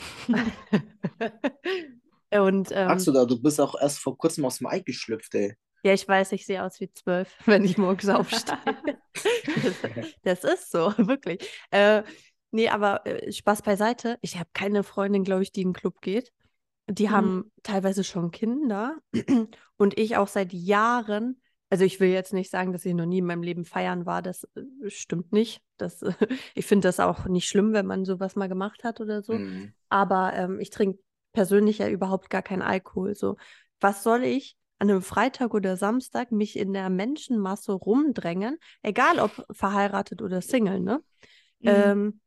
Und Sagst ähm, du da, du bist auch erst vor kurzem aus dem Ei geschlüpft, ey. ja, ich weiß, ich sehe aus wie zwölf, wenn ich morgens aufstehe. Das, das ist so, wirklich. Äh, nee, aber äh, Spaß beiseite. Ich habe keine Freundin, glaube ich, die in den Club geht. Die Mhm. haben teilweise schon Kinder und ich auch seit Jahren. Also ich will jetzt nicht sagen, dass ich noch nie in meinem Leben feiern war. Das äh, stimmt nicht. Das, äh, ich finde das auch nicht schlimm, wenn man sowas mal gemacht hat oder so. Mhm. Aber ähm, ich trinke persönlich ja überhaupt gar keinen Alkohol. So, was soll ich an einem Freitag oder Samstag mich in der Menschenmasse rumdrängen, egal ob verheiratet oder Single, ne? Mhm. Ähm,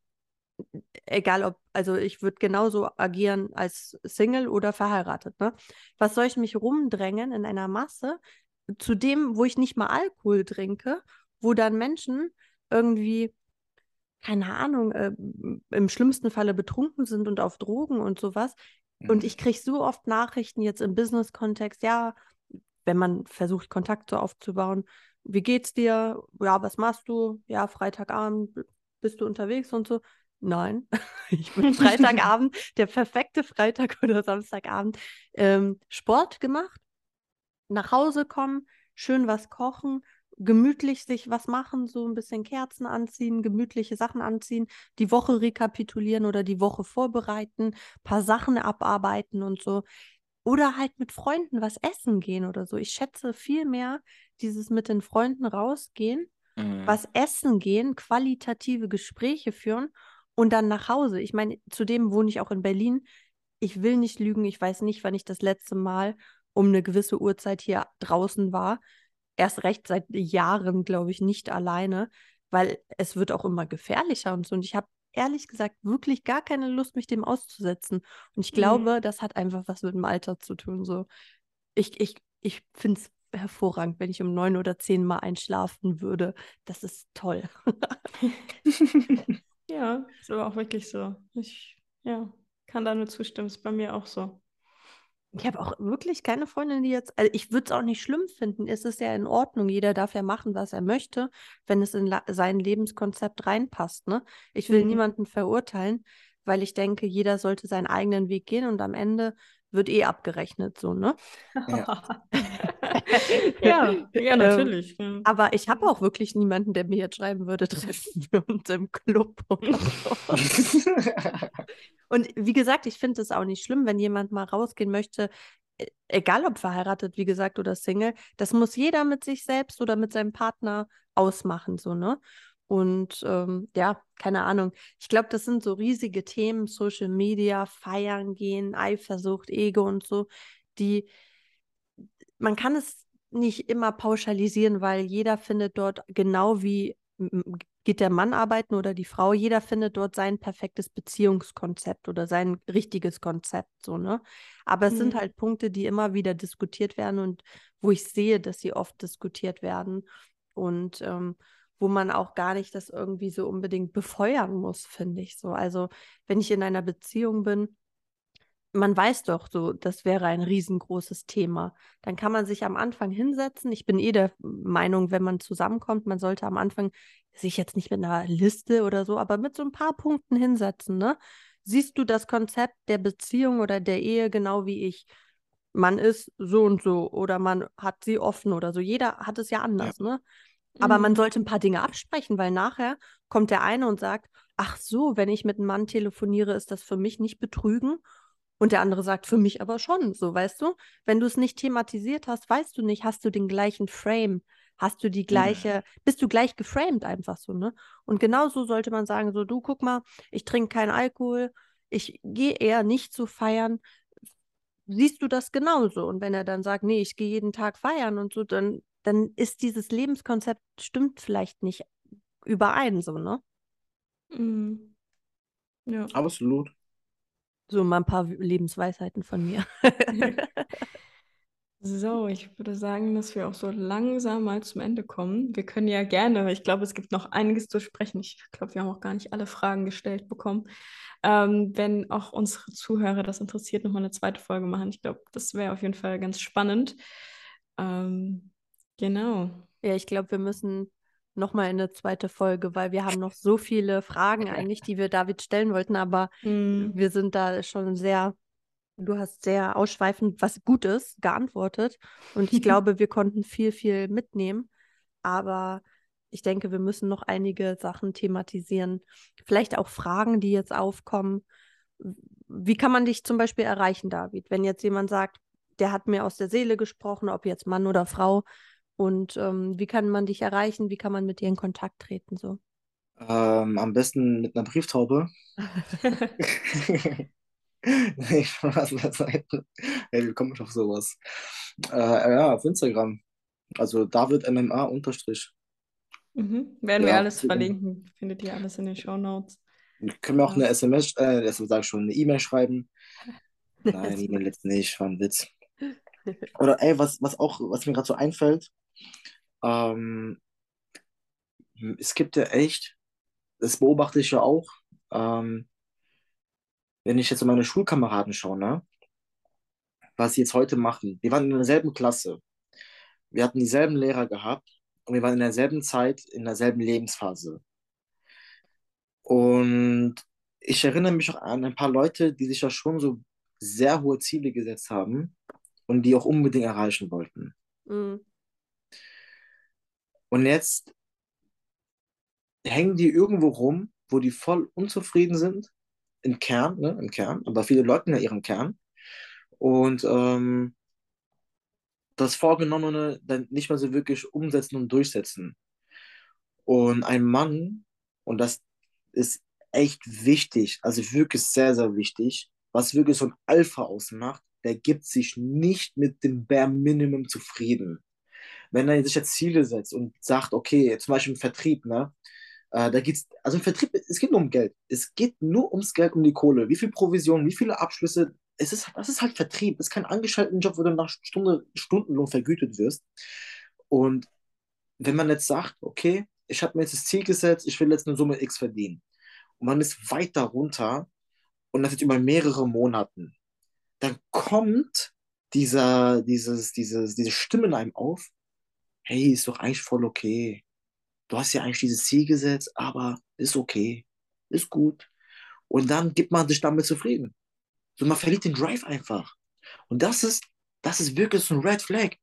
egal ob, also ich würde genauso agieren als Single oder verheiratet, ne? Was soll ich mich rumdrängen in einer Masse zu dem, wo ich nicht mal Alkohol trinke, wo dann Menschen irgendwie, keine Ahnung, äh, im schlimmsten Falle betrunken sind und auf Drogen und sowas. Und Mhm. ich kriege so oft Nachrichten jetzt im Business-Kontext, ja, wenn man versucht, Kontakt so aufzubauen, wie geht's dir? Ja, was machst du? Ja, Freitagabend b- bist du unterwegs und so. Nein, ich bin Freitagabend, der perfekte Freitag oder Samstagabend, ähm, Sport gemacht, nach Hause kommen, schön was kochen, gemütlich sich was machen, so ein bisschen Kerzen anziehen, gemütliche Sachen anziehen, die Woche rekapitulieren oder die Woche vorbereiten, paar Sachen abarbeiten und so. Oder halt mit Freunden was essen gehen oder so. Ich schätze viel mehr dieses mit den Freunden rausgehen, Mhm. was essen gehen, qualitative Gespräche führen und dann nach Hause. Ich meine, zudem wohne ich auch in Berlin. Ich will nicht lügen, ich weiß nicht, wann ich das letzte Mal um eine gewisse Uhrzeit hier draußen war. Erst recht seit Jahren, glaube ich, nicht alleine, weil es wird auch immer gefährlicher und so. Und ich habe ehrlich gesagt wirklich gar keine Lust, mich dem auszusetzen. Und ich Mhm. glaube, das hat einfach was mit dem Alter zu tun. So. Ich, ich, ich finde es hervorragend, wenn ich um neun oder zehn Mal einschlafen würde. Das ist toll. Ja, ist aber auch wirklich so. Ich, ja, kann da nur zustimmen. Ist bei mir auch so. Ich habe auch wirklich keine Freundin, die jetzt, also ich würde es auch nicht schlimm finden. Es ist ja in Ordnung. Jeder darf ja machen, was er möchte, wenn es in la- sein Lebenskonzept reinpasst, ne? Ich will Mhm. niemanden verurteilen, weil ich denke, jeder sollte seinen eigenen Weg gehen und am Ende wird eh abgerechnet, so, ne? Ja. Ja, ja, ähm, natürlich. Ja. aber ich habe auch wirklich niemanden, der mir jetzt schreiben würde, treffen wir uns im Club oder so. Und wie gesagt, ich finde es auch nicht schlimm, wenn jemand mal rausgehen möchte, e- egal ob verheiratet, wie gesagt, oder Single. Das muss jeder mit sich selbst oder mit seinem Partner ausmachen, so, ne? Und ähm, ja, keine Ahnung. Ich glaube, das sind so riesige Themen, Social Media, Feiern gehen, Eifersucht, Ego und so, die man kann es nicht immer pauschalisieren, weil jeder findet dort genau wie m- geht der Mann arbeiten oder die Frau, jeder findet dort sein perfektes Beziehungskonzept oder sein richtiges Konzept, so, ne? Aber es sind Mhm. halt Punkte, die immer wieder diskutiert werden und wo ich sehe, dass sie oft diskutiert werden und ähm, wo man auch gar nicht das irgendwie so unbedingt befeuern muss, finde ich so. Also, wenn ich in einer Beziehung bin, man weiß doch so, das wäre ein riesengroßes Thema. Dann kann man sich am Anfang hinsetzen. Ich bin eh der Meinung, wenn man zusammenkommt, man sollte am Anfang sich jetzt nicht mit einer Liste oder so, aber mit so ein paar Punkten hinsetzen, ne? Siehst du das Konzept der Beziehung oder der Ehe genau wie ich? man ist so und so oder man hat sie offen oder so. Jeder hat es ja Ja. anders, ne? Aber man Mhm. sollte ein paar Dinge absprechen, weil nachher kommt der eine und sagt, ach so, wenn ich mit einem Mann telefoniere, ist das für mich nicht Betrügen. Und der andere sagt, für mich aber schon, so, weißt du? Wenn du es nicht thematisiert hast, weißt du nicht, hast du den gleichen Frame, hast du die Mhm. gleiche, bist du gleich geframed einfach so, ne? Und genauso sollte man sagen, so, du, guck mal, ich trinke keinen Alkohol, ich gehe eher nicht zu feiern. Siehst du das genauso? Und wenn er dann sagt, nee, ich gehe jeden Tag feiern und so, dann, dann ist dieses Lebenskonzept stimmt vielleicht nicht überein, so, ne? Mhm. Ja. Absolut. So mal ein paar Lebensweisheiten von mir. So, ich würde sagen, dass wir auch so langsam mal zum Ende kommen. Wir können ja gerne, ich glaube, es gibt noch einiges zu sprechen. Ich glaube, wir haben auch gar nicht alle Fragen gestellt bekommen. Ähm, wenn auch unsere Zuhörer das interessiert, nochmal eine zweite Folge machen. Ich glaube, das wäre auf jeden Fall ganz spannend. Ähm, genau. Ja, ich glaube, wir müssen nochmal in eine zweite Folge, weil wir haben noch so viele Fragen eigentlich, die wir David stellen wollten, aber Mm, wir sind da schon sehr, du hast sehr ausschweifend, was gut ist, geantwortet. Und ich glaube, wir konnten viel, viel mitnehmen. Aber ich denke, wir müssen noch einige Sachen thematisieren. Vielleicht auch Fragen, die jetzt aufkommen. Wie kann man dich zum Beispiel erreichen, David? Wenn jetzt jemand sagt, der hat mir aus der Seele gesprochen, ob jetzt Mann oder Frau, und ähm, wie kann man dich erreichen? Wie kann man mit dir in Kontakt treten? So. Ähm, am besten mit einer Brieftaube. Nee, Spaß beiseite. Ey, wie komme ich auf sowas? Äh, ja, auf Instagram. Also David M M A unterstrich. Mhm. Werden wir Ja, auf alles Instagram. verlinken. Findet ihr alles in den Shownotes. Können wir auch Ja. eine S M S, äh, das sag ich schon, eine E-Mail schreiben? Nein, Das E-Mail macht- jetzt nicht, war ein Witz. Oder ey, was, was auch, was mir gerade so einfällt, ähm, es gibt ja echt, das beobachte ich ja auch, ähm, wenn ich jetzt auf meine Schulkameraden schaue, ne, was sie jetzt heute machen. Wir waren in derselben Klasse, wir hatten dieselben Lehrer gehabt und wir waren in derselben Zeit, in derselben Lebensphase. Und ich erinnere mich auch an ein paar Leute, die sich ja schon so sehr hohe Ziele gesetzt haben und die auch unbedingt erreichen wollten. Mm, Und jetzt hängen die irgendwo rum, wo die voll unzufrieden sind, im Kern, ne, im Kern, aber viele leugnen ja ihren Kern und ähm, das Vorgenommene dann nicht mehr so wirklich umsetzen und durchsetzen. Und ein Mann, und das ist echt wichtig, also wirklich sehr, sehr wichtig, was wirklich so ein Alpha ausmacht, der gibt sich nicht mit dem Bare Minimum zufrieden. Wenn er sich jetzt Ziele setzt und sagt, okay, zum Beispiel im Vertrieb, ne, äh, da geht's, also im Vertrieb, es geht nur um Geld. Es geht nur ums Geld, um die Kohle. Wie viel Provision, wie viele Abschlüsse. Es ist, das ist halt Vertrieb. Es ist kein Angestelltenjob, wo du nach Stunde, Stundenlohn vergütet wirst. Und wenn man jetzt sagt, okay, ich habe mir jetzt das Ziel gesetzt, ich will jetzt eine Summe X verdienen. Und man ist weiter runter und das jetzt über mehrere Monaten, dann kommt dieser, dieses, dieses, diese Stimme in einem auf, hey, ist doch eigentlich voll okay. Du hast ja eigentlich dieses Ziel gesetzt, aber ist okay, ist gut. Und dann gibt man sich damit zufrieden. So, man verliert den Drive einfach. Und das ist, das ist wirklich so ein Red Flag.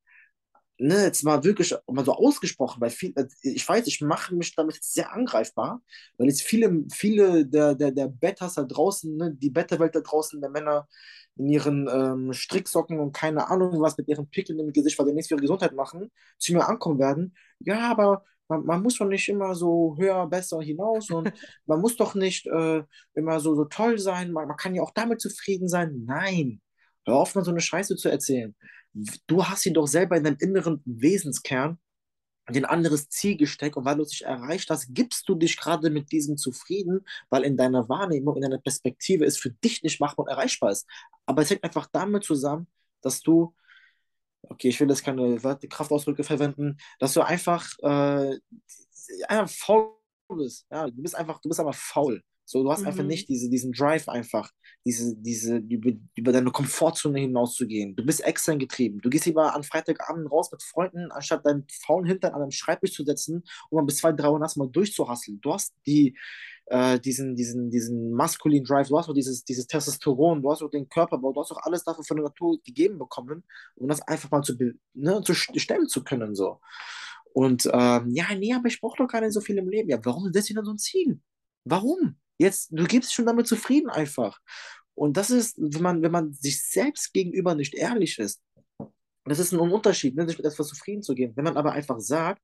Ne, jetzt mal wirklich mal so ausgesprochen, weil viel, ich weiß, ich mache mich damit jetzt sehr angreifbar, weil jetzt viele, viele der, der, der Bettas da draußen, ne, die Beta-Welt da draußen, der Männer in ihren ähm, Stricksocken und keine Ahnung was mit ihren Pickeln im Gesicht, weil sie nichts für ihre Gesundheit machen, zu mir ankommen werden. Ja, aber man, man muss doch nicht immer so höher, besser hinaus und man muss doch nicht äh, immer so, so toll sein, man, man kann ja auch damit zufrieden sein. Nein, hör auf, mal so eine Scheiße zu erzählen. Du hast sie doch selber in deinem inneren Wesenskern ein anderes Ziel gesteckt und weil du es nicht erreicht hast, gibst du dich gerade mit diesem zufrieden, weil in deiner Wahrnehmung, in deiner Perspektive es für dich nicht machbar und erreichbar ist. Aber es hängt einfach damit zusammen, dass du, okay, ich will jetzt keine Wörter- Kraftausdrücke verwenden, dass du einfach, äh, einfach faul bist. Ja, du bist einfach, du bist einfach faul. So, du hast einfach mhm. nicht diese, diesen Drive einfach, diese, diese, über, über deine Komfortzone hinauszugehen. Du bist extern getrieben. Du gehst lieber an Freitagabend raus mit Freunden, anstatt deinen faulen Hintern an einem Schreibtisch zu setzen und mal bis zwei, drei Uhr nachts mal durchzuhasseln. Du hast die, äh, diesen, diesen, diesen maskulinen Drive, du hast auch dieses, dieses Testosteron, du hast auch den Körperbau, du hast auch alles dafür von der Natur gegeben bekommen, um das einfach mal zu, be- ne, zu st- stemmen zu können, so. Und ähm, ja, nee, aber ich brauche doch gar nicht so viel im Leben. Ja, warum setzt du denn so ein Ziel? Warum? Jetzt, du gibst dich schon damit zufrieden einfach. Und das ist, wenn man, wenn man sich selbst gegenüber nicht ehrlich ist, das ist ein Unterschied, ne, sich mit etwas zufrieden zu geben. Wenn man aber einfach sagt,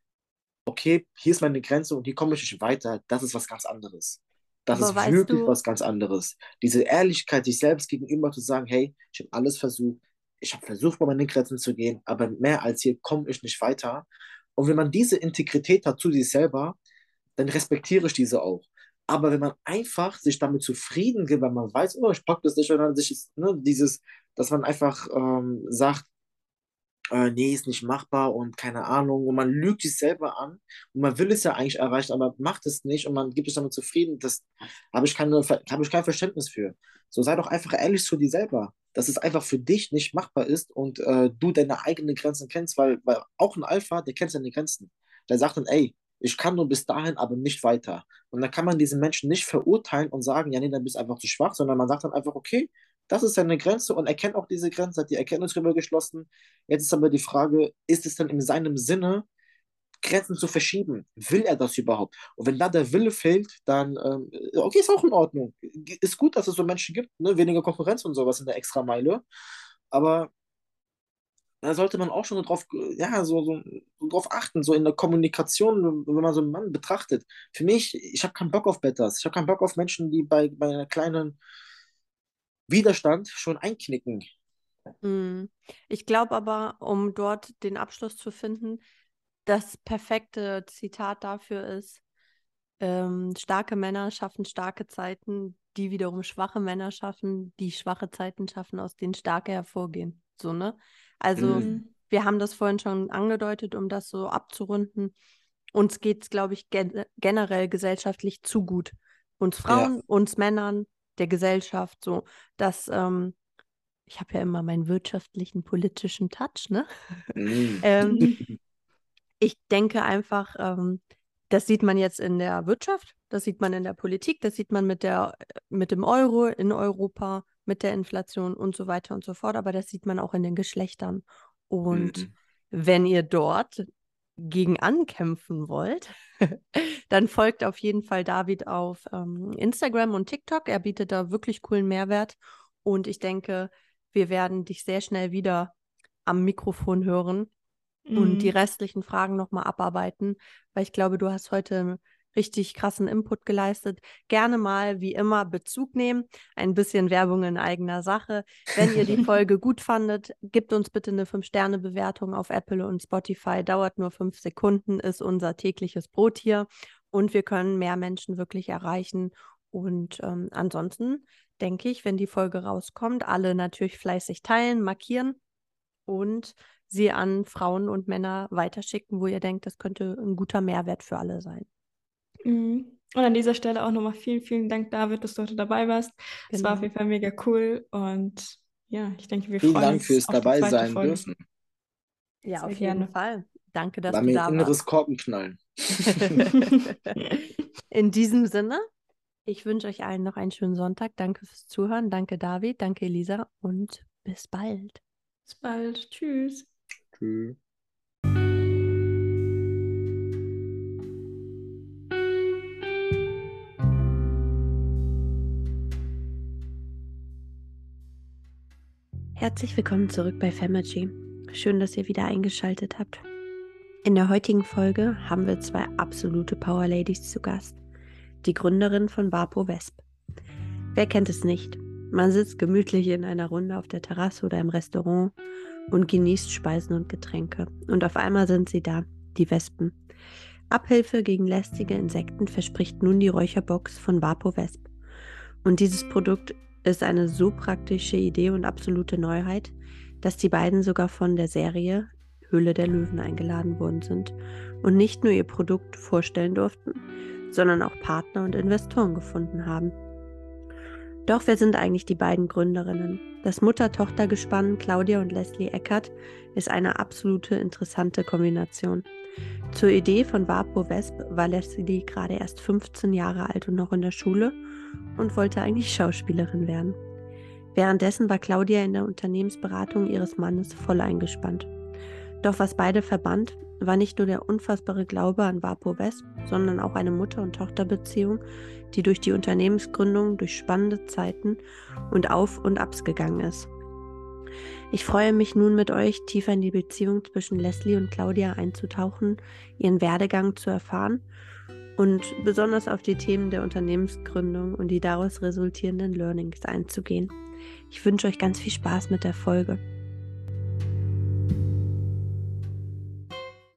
okay, hier ist meine Grenze und hier komme ich nicht weiter, das ist was ganz anderes. Das Aber ist weißt wirklich du, was ganz anderes. Diese Ehrlichkeit, sich selbst gegenüber zu sagen, hey, ich habe alles versucht, ich habe versucht, bei meinen Grenzen zu gehen, aber mehr als hier komme ich nicht weiter. Und wenn man diese Integrität hat zu sich selber, dann respektiere ich diese auch. Aber wenn man einfach sich damit zufrieden gibt, weil man weiß, oh, ich packe das nicht, und dann sich ne, dieses, dass man einfach ähm, sagt, äh, nee, ist nicht machbar und keine Ahnung. Und man lügt sich selber an und man will es ja eigentlich erreichen, aber macht es nicht und man gibt sich damit zufrieden. Das habe ich, keine, habe ich kein Verständnis für. So sei doch einfach ehrlich zu dir selber, dass es einfach für dich nicht machbar ist und äh, du deine eigenen Grenzen kennst, weil, weil auch ein Alpha, der kennt seine Grenzen. Der sagt dann, ey, ich kann nur bis dahin, aber nicht weiter. Und dann kann man diesen Menschen nicht verurteilen und sagen, ja, nee, dann bist du einfach zu schwach, sondern man sagt dann einfach, okay, das ist seine Grenze und er kennt auch diese Grenze, hat die Erkenntnis drüber geschlossen. Jetzt ist aber die Frage, ist es dann in seinem Sinne, Grenzen zu verschieben? Will er das überhaupt? Und wenn da der Wille fehlt, dann, ähm, okay, ist auch in Ordnung. Ist gut, dass es so Menschen gibt, ne? Weniger Konkurrenz und sowas in der Extrameile. Aber da sollte man auch schon so drauf, ja, so, so, so drauf achten, so in der Kommunikation, wenn man so einen Mann betrachtet. Für mich, ich habe keinen Bock auf Betters. Ich habe keinen Bock auf Menschen, die bei, bei einer kleinen Widerstand schon einknicken. hm, ich glaube aber, um dort den Abschluss zu finden, das perfekte Zitat dafür ist, ähm, starke Männer schaffen starke Zeiten, die wiederum schwache Männer schaffen, die schwache Zeiten schaffen, aus denen starke hervorgehen. So, ne? Also, Mhm. Mhm. wir haben das vorhin schon angedeutet, um das so abzurunden. Uns geht es, glaube ich, gen generell gesellschaftlich zu gut. Uns Ja. Frauen, uns Männern, der Gesellschaft, so, dass ähm, ich habe ja immer meinen wirtschaftlichen, politischen Touch, ne? Mhm. ähm, Mhm. ich denke einfach, ähm, das sieht man jetzt in der Wirtschaft, das sieht man in der Politik, das sieht man mit der, mit dem Euro in Europa, mit der Inflation und so weiter und so fort, aber das sieht man auch in den Geschlechtern. Und Mhm. wenn ihr dort gegen ankämpfen wollt, dann folgt auf jeden Fall David auf ähm, Instagram und TikTok. Er bietet da wirklich coolen Mehrwert und ich denke, wir werden dich sehr schnell wieder am Mikrofon hören und die Mhm. restlichen Fragen nochmal abarbeiten, weil ich glaube, du hast heute einen richtig krassen Input geleistet. Gerne mal, wie immer, Bezug nehmen, ein bisschen Werbung in eigener Sache. Wenn ihr die Folge gut fandet, gebt uns bitte eine fünf Sterne Bewertung auf Apple und Spotify. Dauert nur fünf Sekunden, ist unser tägliches Brot hier und wir können mehr Menschen wirklich erreichen. Und ähm, ansonsten denke ich, wenn die Folge rauskommt, alle natürlich fleißig teilen, markieren und sie an Frauen und Männer weiterschicken, wo ihr denkt, das könnte ein guter Mehrwert für alle sein. Mhm. Und an dieser Stelle auch nochmal vielen, vielen Dank, David, dass du heute dabei warst. Es war auf Genau. jeden Fall mega cool und ja, ich denke, wir Vielen freuen Dank uns fürs auf die dabei zweite sein Folge. dürfen. Ja, Sehr auf jeden gerne. Fall. Danke, dass War du mir ein da inneres warst. Korkenknallen. In diesem Sinne, ich wünsche euch allen noch einen schönen Sonntag. Danke fürs Zuhören. Danke, David. Danke, Elisa. Und bis bald. Bis bald. Tschüss. Tschüss. Herzlich willkommen zurück bei Famagy. Schön, dass ihr wieder eingeschaltet habt. In der heutigen Folge haben wir zwei absolute Power Ladies zu Gast. Die Gründerin von Vapo Wesp. Wer kennt es nicht? Man sitzt gemütlich in einer Runde auf der Terrasse oder im Restaurant und genießt Speisen und Getränke. Und auf einmal sind sie da, die Wespen. Abhilfe gegen lästige Insekten verspricht nun die Räucherbox von Vapo Wesp. Und dieses Produkt ist eine so praktische Idee und absolute Neuheit, dass die beiden sogar von der Serie Höhle der Löwen eingeladen worden sind und nicht nur ihr Produkt vorstellen durften, sondern auch Partner und Investoren gefunden haben. Doch wer sind eigentlich die beiden Gründerinnen? Das Mutter-Tochter-Gespann Claudia und Leslie Eckert ist eine absolute interessante Kombination. Zur Idee von Vapo Wesp war Leslie gerade erst fünfzehn Jahre alt und noch in der Schule und wollte eigentlich Schauspielerin werden. Währenddessen war Claudia in der Unternehmensberatung ihres Mannes voll eingespannt. Doch was beide verband, war nicht nur der unfassbare Glaube an Vapo Wesp, sondern auch eine Mutter- und Tochterbeziehung, die durch die Unternehmensgründung durch spannende Zeiten und Auf- und Abs gegangen ist. Ich freue mich nun mit euch, tiefer in die Beziehung zwischen Leslie und Claudia einzutauchen, ihren Werdegang zu erfahren und besonders auf die Themen der Unternehmensgründung und die daraus resultierenden Learnings einzugehen. Ich wünsche euch ganz viel Spaß mit der Folge.